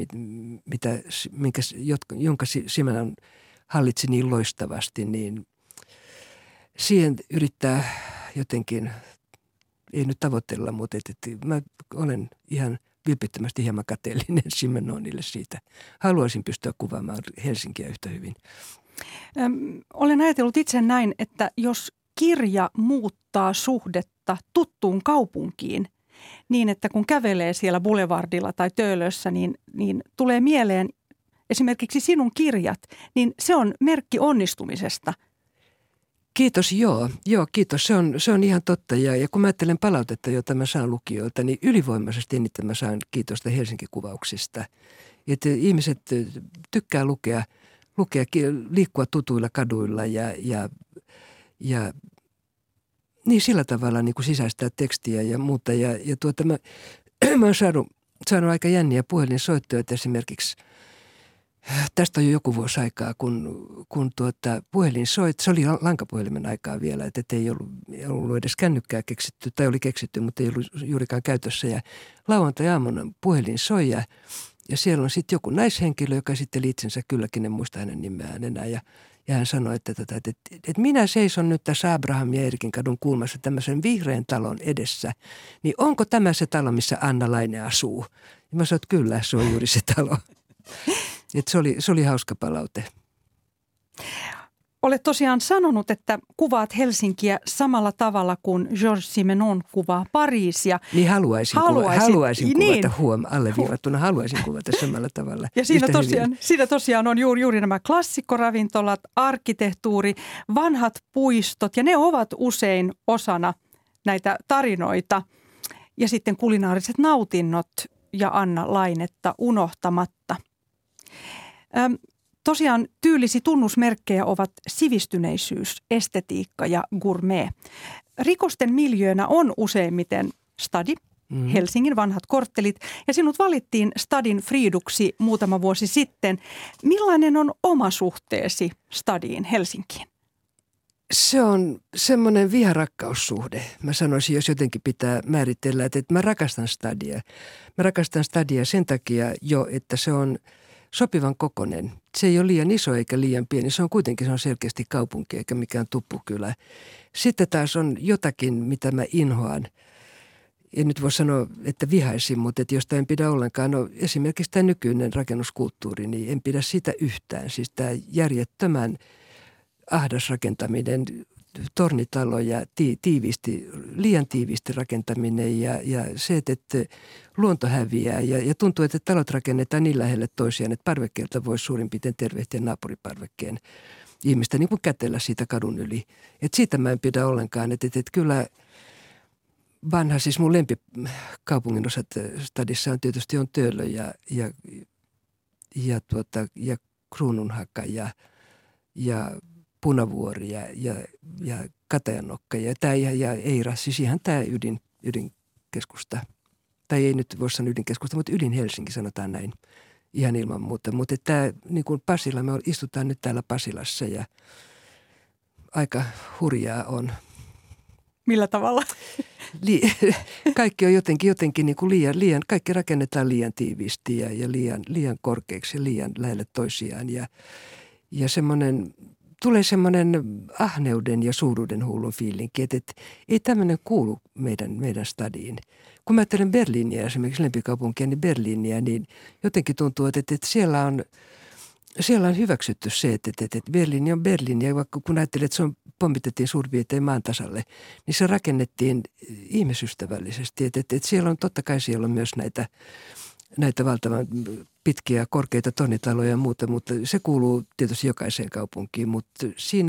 C: jonka Simenon hallitsi niin loistavasti, niin siihen yrittää jotenkin, ei nyt tavoitella, mutta mä olen ihan vilpittömästi hieman kateellinen Simenonille siitä. Haluaisin pystyä kuvaamaan Helsinkiä yhtä hyvin.
B: Olen ajatellut itse näin, että jos kirja muuttaa suhdetta tuttuun kaupunkiin niin, että kun kävelee siellä Boulevardilla tai Töölössä, niin tulee mieleen esimerkiksi sinun kirjat, niin se on merkki onnistumisesta.
C: Kiitos, joo kiitos. Se on ihan totta. Ja kun mä ajattelen palautetta, jota mä saan lukijoilta, niin ylivoimaisesti eniten mä saan kiitosta Helsinki-kuvauksista. Että ihmiset tykkää lukea, liikkua tutuilla kaduilla ja niin sillä tavalla niin kuin sisäistää tekstiä ja muuta. Ja mä oon saanut aika jänniä puhelinsoittoja, että esimerkiksi tästä on jo joku vuosi aikaa, kun puhelin soit, se oli lankapuhelimen aikaa vielä, että ei ollut edes kännykkää keksitty, tai oli keksitty, mutta ei ollut juurikaan käytössä. Ja lauantai-aamuna puhelin soi ja siellä on sitten joku naishenkilö, joka esitteli itsensä kylläkin, en muista hänen nimeään enää. Ja hän sanoi, että minä seison nyt tässä Abraham ja Erikin kadun kulmassa tämmöisen vihreän talon edessä. Niin onko tämä se talo, missä Anna Laine asuu? Ja mä sanoin, että kyllä, se on juuri se talo. Että se oli hauska palaute.
B: Olet tosiaan sanonut, että kuvaat Helsinkiä samalla tavalla kuin Georges Simenon kuvaa Pariisia.
C: Niin haluaisin kuvata, alleviivattuna haluaisin kuvata samalla tavalla.
B: Ja siinä tosiaan on juuri nämä klassikkoravintolat, arkkitehtuuri, vanhat puistot ja ne ovat usein osana näitä tarinoita. Ja sitten kulinaariset nautinnot ja Anna Lainetta unohtamatta. Tosiaan tyylisi tunnusmerkkejä ovat sivistyneisyys, estetiikka ja gourmet. Rikosten miljöönä on useimmiten stadi, Helsingin vanhat korttelit, ja sinut valittiin stadin friiduksi muutama vuosi sitten. Millainen on oma suhteesi stadiin Helsinkiin?
C: Se on semmoinen viharakkaussuhde. Mä sanoisin, jos jotenkin pitää määritellä, että mä rakastan stadia. Mä rakastan stadia sen takia jo, että se on sopivan kokoinen. Se ei ole liian iso eikä liian pieni. Se on selkeästi kaupunki eikä mikään tuppukylä. Sitten taas on jotakin, mitä mä inhoan. En nyt voi sanoa, että vihaisin, mutta että josta en pidä ollenkaan. No, esimerkiksi tämä nykyinen rakennuskulttuuri, niin en pidä sitä yhtään. Siis tämä järjettömän ahdas rakentaminen, tornitaloja, liian tiiviisti rakentaminen ja se, että luonto häviää ja tuntuu, että talot rakennetaan niin lähelle toisiaan, että parvekkeelta voisi suurin piirtein tervehtiä naapuriparvekkeen ihmistä niin kuin kätellä siitä kadun yli. Että siitä mä en pidä ollenkaan, että kyllä vanha, siis mun lempikaupungin osat stadissa on tietysti Töölö ja Kruununhaka ja Punavuori ja Katajanokka ja Eira, siis ihan tämä ydinkeskusta. Tai ei nyt voi sanoa ydinkeskusta, mutta ydin Helsinki sanotaan näin ihan ilman muuta. Mutta tämä niin kuin Pasila, me istutaan nyt täällä Pasilassa ja aika hurjaa on.
B: Millä tavalla?
C: Kaikki on jotenkin niin kuin liian, kaikki rakennetaan liian tiiviisti ja liian korkeaksi ja liian lähelle toisiaan ja tulee semmoinen ahneuden ja suuruuden hullun fiilinki, että ei tämmöinen kuulu meidän stadiin. Kun mä ajattelen Berliiniä, esimerkiksi lempikaupunkia, niin Berliiniä, niin jotenkin tuntuu, että siellä on hyväksytty se, että Berliini on Berliini. Ja vaikka kun ajattelee, että pommitettiin suurin piirtein maan tasalle, niin se rakennettiin ihmisystävällisesti. Että siellä on totta kai siellä on myös näitä valtavan pitkiä, korkeita tornitaloja ja muuta, mutta se kuuluu tietysti jokaiseen kaupunkiin. Mutta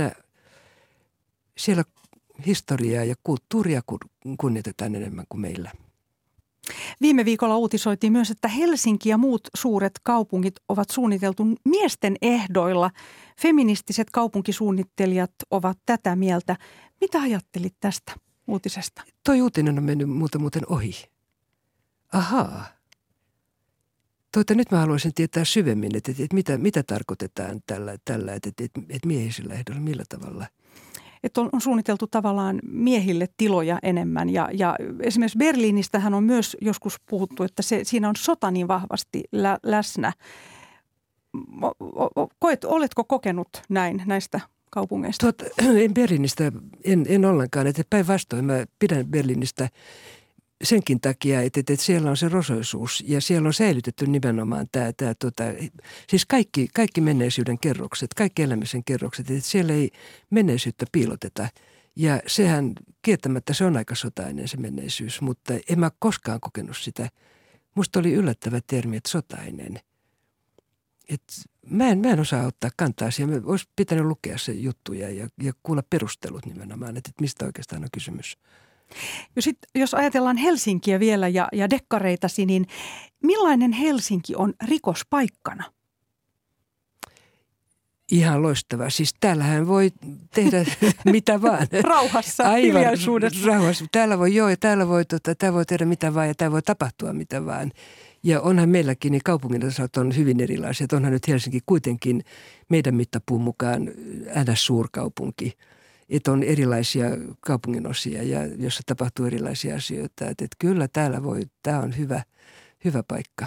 C: siellä historiaa ja kulttuuria kunnioitetaan enemmän kuin meillä.
B: Viime viikolla uutisoitiin myös, että Helsinki ja muut suuret kaupungit ovat suunniteltu miesten ehdoilla. Feministiset kaupunkisuunnittelijat ovat tätä mieltä. Mitä ajattelit tästä? uutisesta?
C: Toi uutinen on mennyt muuten ohi. Ahaa. Nyt mä haluaisin tietää syvemmin, että mitä tarkoitetaan tällä että miehisillä ehdolla, millä tavalla?
B: Että on suunniteltu tavallaan miehille tiloja enemmän ja esimerkiksi Berliinistähän on myös joskus puhuttu, että siinä on sota niin vahvasti läsnä. Oletko kokenut näin näistä kaupungeista?
C: Berliinistä en ollenkaan, että päinvastoin mä pidän Berliinistä senkin takia, että siellä on se rosoisuus ja siellä on säilytetty nimenomaan siis kaikki menneisyyden kerrokset, kaikki elämisen kerrokset, että siellä ei menneisyyttä piiloteta. Ja sehän kieltämättä se on aika sotainen se menneisyys, mutta en mä koskaan kokenut sitä. Musta oli yllättävä termi, että sotainen. Mä en osaa ottaa kantaa siihen. Olisi pitänyt lukea se juttuja ja kuulla perustelut nimenomaan, että mistä oikeastaan on kysymys.
B: Jos ajatellaan Helsinkiä vielä ja dekkareitasi, niin millainen Helsinki on rikospaikkana?
C: Ihan loistava. Siis täällähän voi tehdä mitä vaan.
B: Rauhassa, hiljaisuudessa.
C: Rauhassa. Täällä voi tehdä mitä vaan ja täällä voi tapahtua mitä vaan. Ja onhan meilläkin, niin kaupungin osat on hyvin erilaisia. Onhan nyt Helsinki kuitenkin meidän mittapuun mukaan suurkaupunki. Että on erilaisia kaupunginosia ja jossa tapahtuu erilaisia asioita. Että kyllä tämä on hyvä paikka.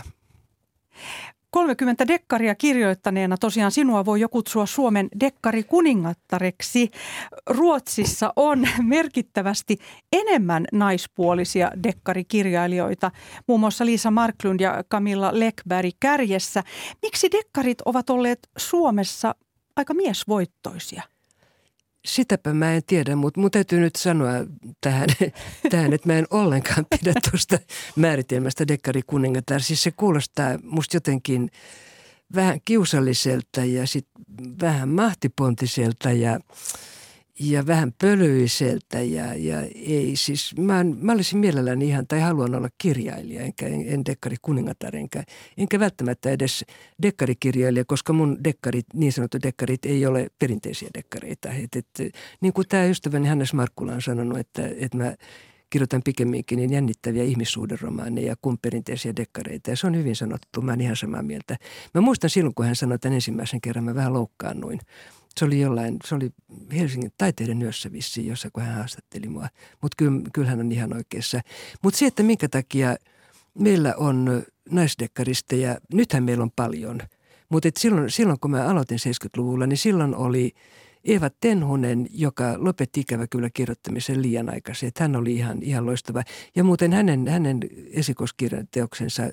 B: 30 dekkaria kirjoittaneena tosiaan sinua voi jo kutsua Suomen dekkarikuningattareksi. Ruotsissa on merkittävästi enemmän naispuolisia dekkarikirjailijoita, muun muassa Liisa Marklund ja Camilla Läckberg kärjessä. Miksi dekkarit ovat olleet Suomessa aika miesvoittoisia?
C: Sitäpä mä en tiedä, mutta mun täytyy nyt sanoa tähän, että mä en ollenkaan pidä tuosta määritelmästä dekkarikuningatar. Siis se kuulostaa musta jotenkin vähän kiusalliselta ja sitten vähän mahtipontiselta ja vähän pölyiseltä ja ei siis, mä olisin mielelläni ihan tai haluan olla kirjailija en dekkarikuningatar enkä välttämättä edes dekkarikirjailija, koska mun niin sanotut dekkarit ei ole perinteisiä dekkareita. Niin kuin tämä ystäväni Hannes Markkula on sanonut, että mä kirjoitan pikemminkin niin jännittäviä ihmissuhderomaaneja kuin perinteisiä dekkareita ja se on hyvin sanottu, mä oon ihan samaa mieltä. Mä muistan silloin, kun hän sanoi tämän ensimmäisen kerran, mä vähän loukkaannuin. Se oli Helsingin taiteiden yössä vissiin, jossa kun hän haastatteli mua. Mutta kyllä hän on ihan oikeassa. Mutta se, että minkä takia meillä on naisdekkaristeja, nythän meillä on paljon. Mutta silloin kun mä aloitin 70-luvulla, niin silloin oli Eeva Tenhunen, joka lopetti ikävä kyllä kirjoittamisen liian aikaisin. Että hän oli ihan loistava. Ja muuten hänen esikoiskirjateoksensa,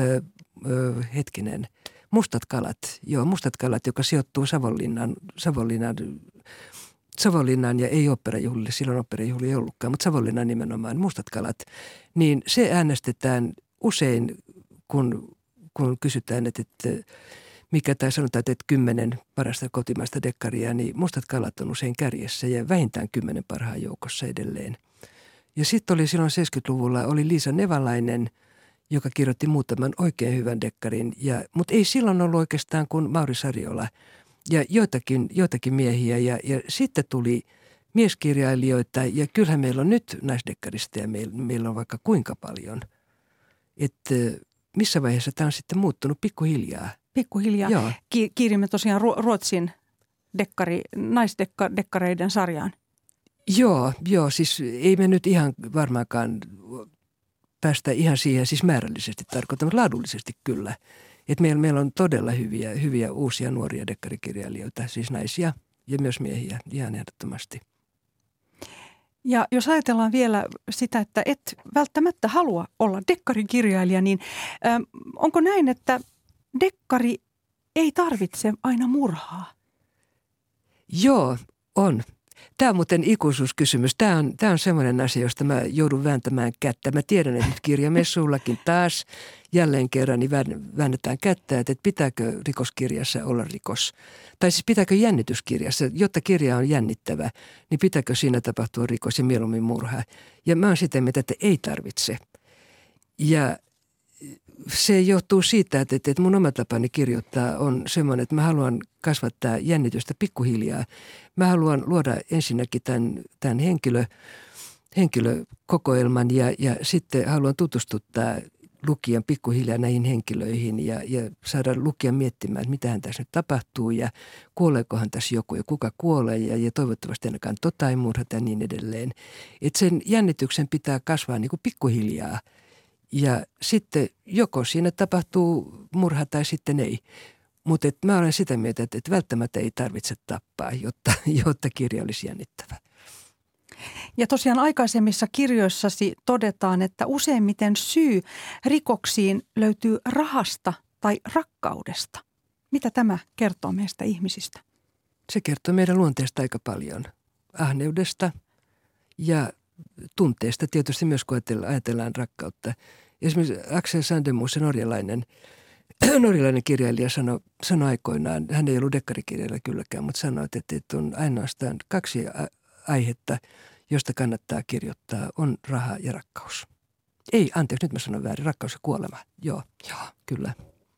C: Mustat kalat, joka sijoittuu Savonlinnaan ja ei oopperajuhlille, silloin oopperajuhli ei ollutkaan, mutta Savonlinnan nimenomaan Mustat kalat, niin se äänestetään usein, kun kysytään, että mikä tai sanotaan, että 10 parasta kotimaista dekkaria, niin Mustat kalat on usein kärjessä ja vähintään 10 parhaan joukossa edelleen. Ja sitten oli silloin 70-luvulla oli Liisa Nevalainen, joka kirjoitti muutaman oikein hyvän dekkarin, mutta ei silloin ollut oikeastaan kuin Mauri Sariola ja joitakin miehiä. Ja sitten tuli mieskirjailijoita ja kyllähän meillä on nyt naisdekkarista ja meillä on vaikka kuinka paljon. Että missä vaiheessa tämä on sitten muuttunut pikkuhiljaa?
B: Pikkuhiljaa.
C: Joo.
B: Kiirimme tosiaan Ruotsin naisdekkareiden sarjaan.
C: Joo, siis ei me nyt ihan varmaankaan päästä ihan siihen siis määrällisesti tarkoittaa, mutta laadullisesti kyllä. Että meillä on todella hyviä uusia nuoria dekkarikirjailijoita, siis naisia ja myös miehiä ihan ehdottomasti.
B: Ja jos ajatellaan vielä sitä, että et välttämättä halua olla dekkarikirjailija, niin onko näin, että dekkari ei tarvitse aina murhaa?
C: Joo, on. Tämä on muuten ikuisuuskysymys. Tämä on semmoinen asia, josta mä joudun vääntämään kättä. Mä tiedän, että nyt kirjamessuillakin taas jälleen kerran niin väännetään kättä, että pitääkö rikoskirjassa olla rikos. Tai siis pitääkö jännityskirjassa, jotta kirja on jännittävä, niin pitääkö siinä tapahtua rikos ja mieluummin murha. Ja mä oon sitä mieltä, että ei tarvitse. Ja se johtuu siitä, että mun oma tapani kirjoittaa on semmoinen, että mä haluan kasvattaa jännitystä pikkuhiljaa. Mä haluan luoda ensinnäkin tämän henkilökokoelman ja sitten haluan tutustuttaa lukijan pikkuhiljaa näihin henkilöihin ja saada lukijan miettimään, että mitähän tässä nyt tapahtuu ja kuoleekohan tässä joku ja kuka kuolee ja toivottavasti ainakaan ei murhata ja niin edelleen. Että sen jännityksen pitää kasvaa niin kuin pikkuhiljaa ja sitten joko siinä tapahtuu murha tai sitten ei. Mutta mä olen sitä mieltä, että välttämättä ei tarvitse tappaa, jotta kirja olisi jännittävä.
B: Ja tosiaan aikaisemmissa kirjoissasi todetaan, että useimmiten syy rikoksiin löytyy rahasta tai rakkaudesta. Mitä tämä kertoo meistä ihmisistä?
C: Se kertoo meidän luonteesta aika paljon. Ahneudesta ja tunteesta tietysti myös, kun ajatellaan rakkautta. Esimerkiksi Axel Sandemo, se norjalainen kirjailija sanoi aikoinaan, hän ei ollut dekkarikirjailija kylläkään, mutta sanoi, että on ainoastaan 2 aihetta, josta kannattaa kirjoittaa, on raha ja rakkaus. Ei, anteeksi, nyt mä sanon väärin, rakkaus ja kuolema. Joo, kyllä.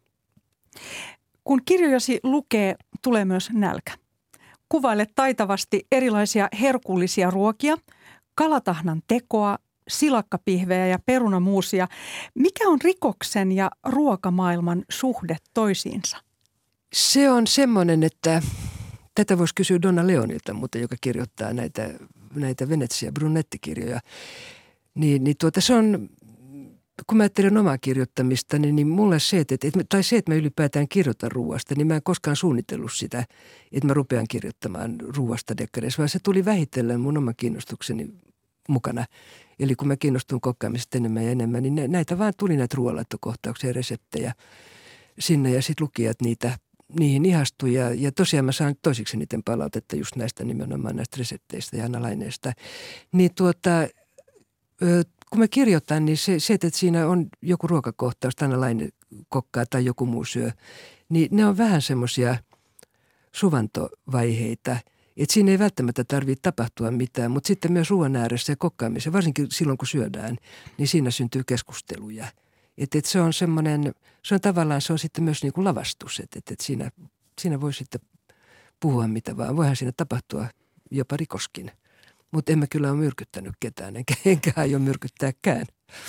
B: Kun kirjojasi lukee, tulee myös nälkä. Kuvaile taitavasti erilaisia herkullisia ruokia, kalatahnan tekoa, silakkapihvejä ja perunamuusia. Mikä on rikoksen ja ruokamaailman suhde toisiinsa?
C: Se on semmoinen, että tätä voisi kysyä Donna Leonilta, mutta joka kirjoittaa näitä Venezia Brunetti-kirjoja. Se on, kun mä ajattelen omaa kirjoittamista, niin mulle se, että mä ylipäätään kirjoitan ruuasta, niin mä en koskaan suunnitellut sitä, että mä rupean kirjoittamaan ruuasta dekkareissa, vaan se tuli vähitellen mun oman kiinnostukseni mukana. Eli kun mä kiinnostun kokkaamisesta enemmän ja enemmän, niin näitä vaan tuli näitä ruoanlaittokohtauksia ja reseptejä sinne ja sitten lukijat niihin ihastui ja tosiaan mä saan toisiksi eniten palautetta just näistä nimenomaan näistä resepteistä ja analaineista. Niin kun mä kirjoitan, niin se, että siinä on joku ruokakohtaus, anallainen kokkaa tai joku muu syö, niin ne on vähän semmoisia suvantovaiheita. Että siinä ei välttämättä tarvitse tapahtua mitään, mutta sitten myös ruoan ääressä ja kokkaamisessa, varsinkin silloin kun syödään, niin siinä syntyy keskusteluja. Että se on semmoinen, se on sitten myös niin kuin lavastus, että siinä voi sitten puhua mitä vaan. Voihan siinä tapahtua jopa rikoskin, mutta en mä kyllä ole myrkyttänyt ketään, enkä aio myrkyttääkään.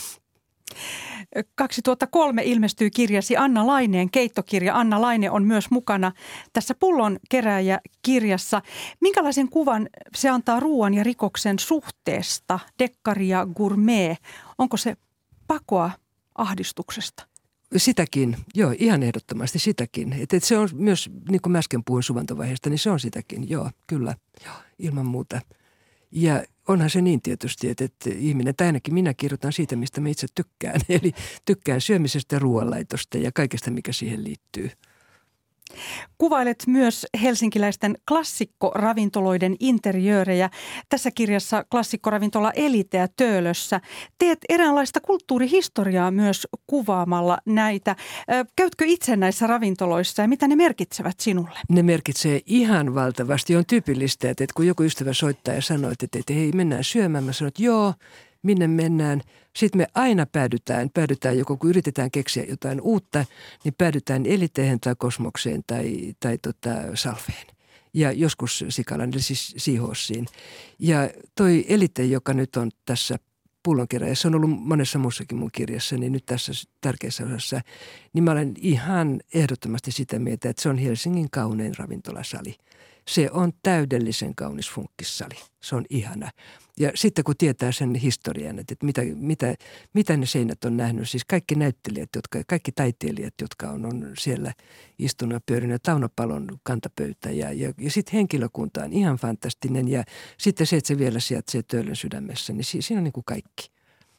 B: 2003 ilmestyi kirjasi Anna Laineen keittokirja. Anna Laine on myös mukana tässä Pullonkerääjä-kirjassa. Minkälaisen kuvan se antaa ruoan ja rikoksen suhteesta, dekkari ja gourmet? Onko se pakoa ahdistuksesta?
C: Sitäkin, joo, ihan ehdottomasti sitäkin. Että se on myös, niin kuin mä äsken puhuin suvantovaiheesta, niin se on sitäkin, joo, kyllä, joo, ilman muuta. Ja onhan se niin tietysti, että ihminen, tai ainakin minä kirjoitan siitä, mistä mä itse tykkään. Eli tykkään syömisestä ja ruoanlaitosta ja kaikesta, mikä siihen liittyy.
B: Kuvailet myös helsinkiläisten klassikkoravintoloiden interiöörejä. Tässä kirjassa klassikkoravintola Eliteä Töölössä. Teet eräänlaista kulttuurihistoriaa myös kuvaamalla näitä. Käytkö itse näissä ravintoloissa ja mitä ne merkitsevät sinulle? Ne
C: merkitsee ihan valtavasti. On tyypillistä, että kun joku ystävä soittaa ja sanoo, että hei, mennään syömään. Mä sanon, että joo, minne mennään. Sitten me aina päädytään joko kun yritetään keksiä jotain uutta, niin päädytään Elitehen tai Kosmokseen tai Salfeen. Ja joskus Sikalan, eli siis Seahorsiin. Ja toi Elite, joka nyt on tässä Pullonkerääjässä, on ollut monessa muussakin mun kirjassa, niin nyt tässä tärkeässä osassa, niin mä olen ihan ehdottomasti sitä mieltä, että se on Helsingin kaunein ravintolasali. Se on täydellisen kaunis funkkissali. Se on ihana. Ja sitten kun tietää sen historian, että mitä ne seinät on nähnyt, siis kaikki näyttelijät, kaikki taiteilijat, jotka on siellä istunut ja pyörinyt, Tauno Palon kantapöytä ja sitten henkilökunta on ihan fantastinen. Ja sitten se, että se vielä sijaitsee Töölön sydämessä, niin siinä on niin kuin kaikki.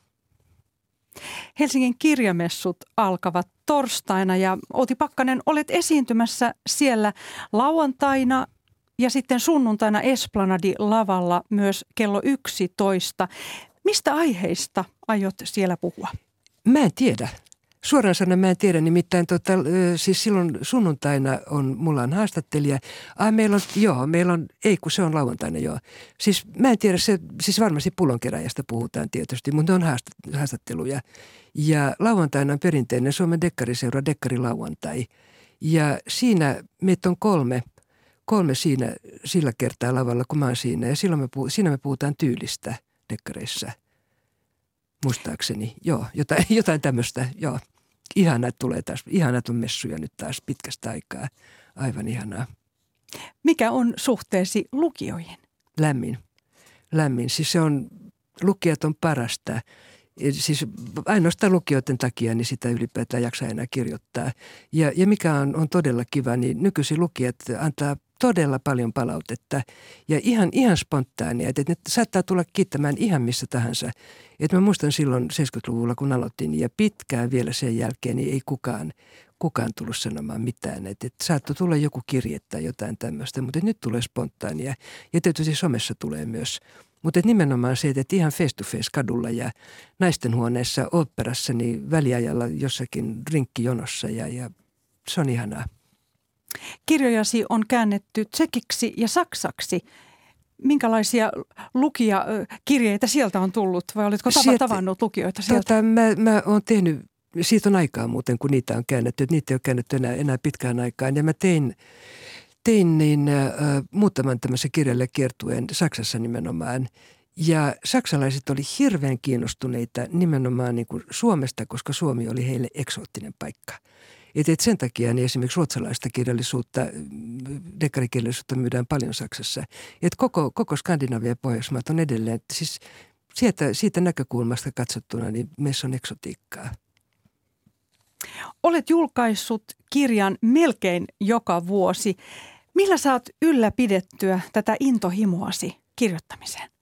B: Helsingin kirjamessut alkavat torstaina ja Outi Pakkanen, olet esiintymässä siellä lauantaina ja sitten sunnuntaina Esplanadi-lavalla myös kello 11. Mistä aiheista aiot siellä puhua?
C: Mä en tiedä. Suoraan sanoen mä en tiedä, nimittäin siis silloin sunnuntaina mulla on haastattelija. Meillä on, ei kun se on lauantaina joo. Siis mä en tiedä, siis varmasti Pullonkerääjästä puhutaan tietysti, mutta ne on haastatteluja. Ja lauantaina on perinteinen Suomen dekkariseura dekkarilauantai. Ja siinä meitä on kolme sillä kertaa lavalla, kun mä oon siinä. Ja silloin siinä me puhutaan tyylistä. dekkareissa. Muistaakseni, joo, jotain tämmöistä, joo. Ihanaa tulee taas, ihanat on messuja nyt taas pitkästä aikaa. Aivan ihanaa.
B: Mikä on suhteesi lukijoihin?
C: Lämmin. Siis se on, lukijat on parasta. Siis ainoastaan lukijoiden takia niin sitä ylipäätään jaksaa enää kirjoittaa. Ja mikä on todella kiva, niin nykyisin lukijat antaa todella paljon palautetta ja ihan spontaania, että ne saattaa tulla kiittämään ihan missä tahansa. Et mä muistan silloin 70-luvulla, kun aloitin ja pitkään vielä sen jälkeen, niin ei kukaan tullut sanomaan mitään. Että saattoi tulla joku kirje tai jotain tämmöistä, mutta nyt tulee spontaania ja tietysti somessa tulee myös. Mutta nimenomaan se, että ihan face to face kadulla ja naistenhuoneessa, oopperassa, niin väliajalla jossakin rinkkijonossa ja se on ihanaa.
B: Kirjojasi on käännetty tsekiksi ja saksaksi. Minkälaisia lukijakirjeitä sieltä on tullut vai oletko tavannut lukijoita sieltä?
C: Mä oon tehnyt, siitä on aikaa muuten kun niitä on käännetty. Niitä ei ole käännetty enää pitkään aikaan ja mä tein muutaman tämmöisen kirjailijjakiertueen Saksassa nimenomaan. Ja saksalaiset oli hirveän kiinnostuneita nimenomaan niin kuin Suomesta, koska Suomi oli heille eksoottinen paikka. Et sen takia niin esimerkiksi ruotsalaista kirjallisuutta, dekkarikirjallisuutta myydään paljon Saksassa. Et koko Skandinavia ja Pohjoismaat on edelleen, että siis siitä näkökulmasta katsottuna niin meissä on eksotiikkaa.
B: Olet julkaissut kirjan melkein joka vuosi. Millä saat ylläpidettyä tätä intohimoasi kirjoittamiseen?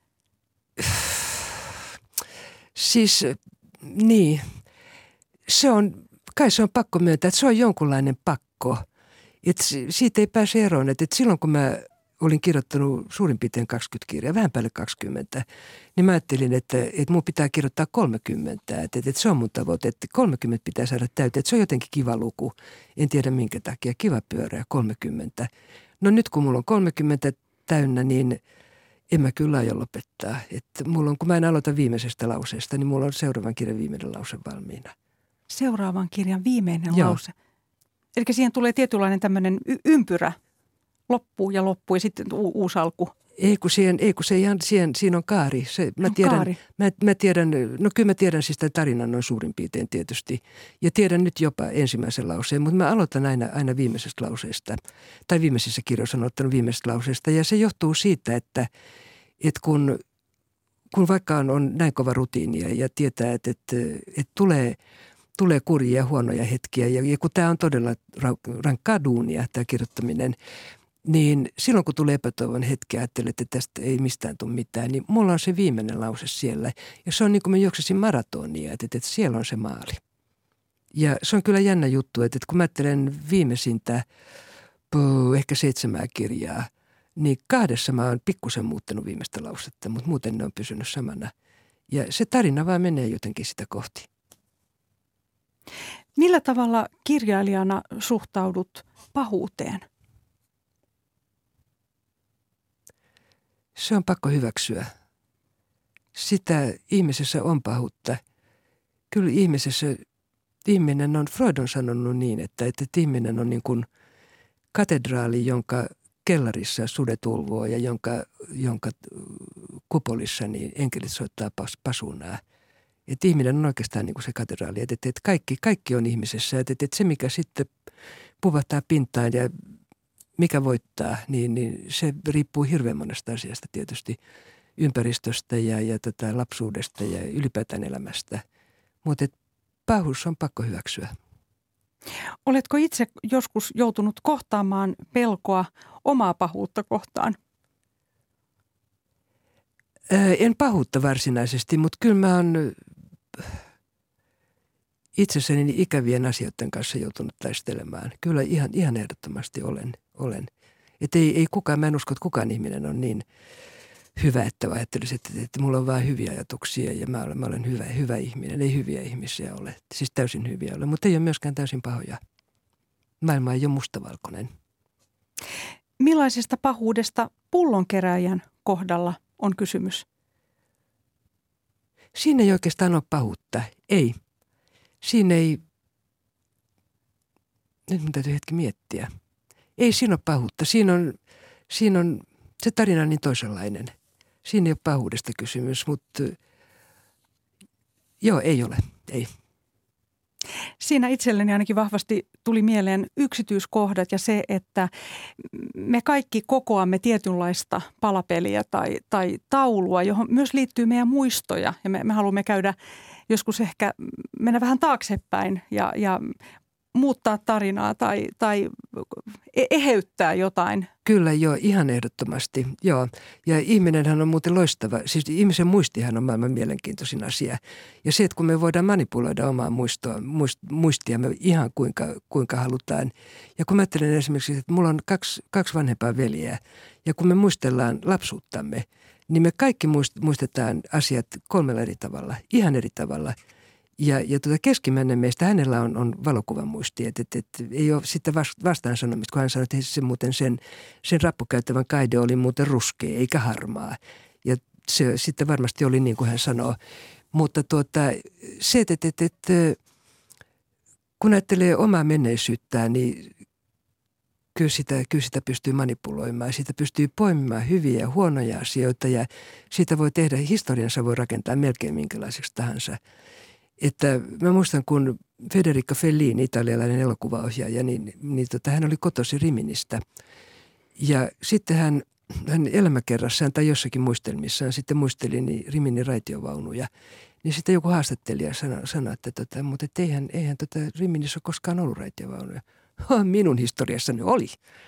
C: Siis niin, kai se on pakko myöntää, että se on jonkunlainen pakko. Että siitä ei pääse eroon. Että silloin kun mä olin kirjoittanut suurin piirtein 20 kirjaa, vähän päälle 20, niin mä ajattelin, että mun pitää kirjoittaa 30. Että se on mun tavoite, että 30 pitää saada täyteen. Että se on jotenkin kiva luku. En tiedä minkä takia. Kiva pyörää 30. No nyt kun mulla on 30 täynnä, niin en mä kyllä aio lopettaa. Että mulla on, kun mä en aloita viimeisestä lauseesta, niin mulla on seuraavan kirjan viimeinen lause valmiina.
B: Seuraavan kirjan viimeinen lause. Eli siihen tulee tietynlainen tämmöinen ympyrä. Loppuu ja sitten uusi alku.
C: Ei kun siinä on kaari. Mä tiedän siis tämän tarinan noin suurin piirtein tietysti. Ja tiedän nyt jopa ensimmäisen lauseen, mutta mä aloitan aina viimeisestä lauseesta. Tai viimeisissä kirjoissa on ottanut viimeisestä lauseesta. Ja se johtuu siitä, että kun vaikka on näin kova rutiinia ja tietää, että tulee kurjia ja huonoja hetkiä. Ja kun tämä on todella rankkaa duunia, tämä kirjoittaminen, niin silloin kun tulee epätoivon hetki, ajattelet, että tästä ei mistään tule mitään, niin mulla on se viimeinen lause siellä. Ja se on niin kuin mä juoksesin maratonia, että siellä on se maali. Ja se on kyllä jännä juttu, että kun mä ajattelen viimeisintä ehkä 7 kirjaa, niin 2 mä oon pikkusen muuttanut viimeistä lausetta, mutta muuten ne on pysynyt samana. Ja se tarina vaan menee jotenkin sitä kohti.
B: Millä tavalla kirjailijana suhtaudut pahuuteen?
C: Se on pakko hyväksyä. Sitä ihmisessä on pahuutta. Kyllä ihminen on, Freud on sanonut niin, että ihminen on niin kuin katedraali, jonka kellarissa sudet ulvoo ja jonka kupolissa niin enkelit soittaa pasunaa. Että ihminen on oikeastaan niin kuin se katedraali, että kaikki on ihmisessä. Että se, mikä sitten puvahtaa pintaan ja mikä voittaa, niin se riippuu hirveän monesta asiasta tietysti. Ympäristöstä ja lapsuudesta ja ylipäätään elämästä. Mutta pahuus on pakko hyväksyä.
B: Oletko itse joskus joutunut kohtaamaan pelkoa omaa pahuutta kohtaan?
C: En pahuutta varsinaisesti, mutta kyllä mä oon itsessäni ikävien asioiden kanssa joutunut taistelemaan. Kyllä ihan ehdottomasti olen. Että ei kukaan, mä en usko, että kukaan ihminen on niin hyvä, että ajattelisi, että mulla on vain hyviä ajatuksia ja mä olen hyvä ihminen. Ei hyviä ihmisiä ole, siis täysin hyviä ole, mutta ei ole myöskään täysin pahoja. Maailma ei ole mustavalkoinen.
B: Millaisesta pahuudesta pullonkerääjän kohdalla on kysymys?
C: Siinä ei oikeastaan ole pahuutta. Ei. Siinä ei, nyt mun täytyy hetki miettiä. Ei siinä ole pahuutta. Siinä on se tarina niin toisenlainen. Siinä ei ole pahuudesta kysymys, mutta joo, ei ole, ei.
B: Siinä itselleni ainakin vahvasti tuli mieleen yksityiskohdat ja se, että me kaikki kokoamme tietynlaista palapeliä tai taulua, johon myös liittyy meidän muistoja. Ja me haluamme käydä joskus ehkä mennä vähän taaksepäin ja muuttaa tarinaa tai eheyttää jotain.
C: Kyllä joo, ihan ehdottomasti, joo. Ja ihminenhän on muuten loistava, siis ihmisen muistihan on maailman mielenkiintoisin asia. Ja se, että kun me voidaan manipuloida omaa muistiamme ihan kuinka halutaan. Ja kun mä ajattelen esimerkiksi, että mulla on kaksi vanhempaa veljeä ja kun me muistellaan lapsuuttamme, niin me kaikki muistetaan asiat 3 eri tavalla, ihan eri tavalla. Ja keskimmäinen meistä, hänellä on valokuvan muisti, että ei ole sitten vastaan sanomista, kun hän sanoi, että se muuten sen rappukäyttävän kaide oli muuten ruskea eikä harmaa. Ja se sitten varmasti oli niin kuin hän sanoo. Mutta se, että kun ajattelee omaa menneisyyttään, niin kyllä sitä pystyy manipuloimaan. Siitä pystyy poimimaan hyviä ja huonoja asioita ja siitä voi tehdä, historiansa voi rakentaa melkein minkälaiseksi tahansa. Että mä muistan, kun Federica Fellini, italialainen elokuvaohjaaja, niin hän oli kotoisin Riministä. Ja sitten hän elämäkerrassaan tai jossakin muistelmissaan sitten muisteli niin Riminin raitiovaunuja. Niin sitten joku haastattelija sanoi, että mutta eihän Riminissä ole koskaan ollut raitiovaunuja. Minun historiassani oli.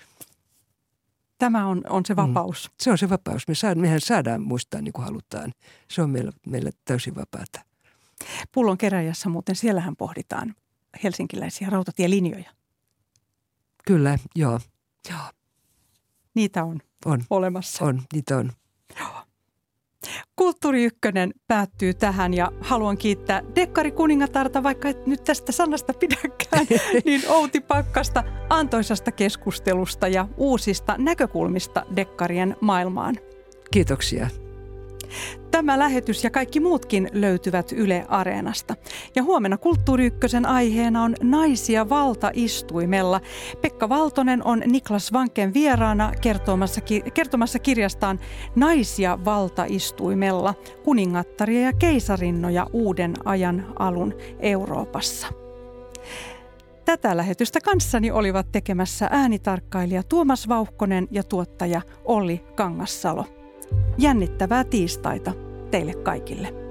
B: Tämä on se vapaus.
C: Se on se vapaus. Mehän saadaan muistaa niin kuin halutaan. Se on meillä täysin vapaata.
B: Pullon keräjässä muuten, siellähän pohditaan helsinkiläisiä rautatielinjoja.
C: Kyllä, joo.
B: Niitä on olemassa.
C: Niitä on.
B: Joo. Kulttuuri Ykkönen päättyy tähän ja haluan kiittää dekkarikuningatarta, vaikka et nyt tästä sanasta pidäkään, niin Outi Pakkasta antoisasta keskustelusta ja uusista näkökulmista dekkarien maailmaan.
C: Kiitoksia.
B: Tämä lähetys ja kaikki muutkin löytyvät Yle Areenasta. Ja huomenna Kulttuuri Ykkösen aiheena on naisia valtaistuimella. Pekka Valtonen on Niklas Vanken vieraana kertomassa kirjastaan Naisia valtaistuimella, kuningattaria ja keisarinnoja uuden ajan alun Euroopassa. Tätä lähetystä kanssani olivat tekemässä äänitarkkailija Tuomas Vauhkonen ja tuottaja Olli Kangassalo. Jännittävää tiistaita teille kaikille.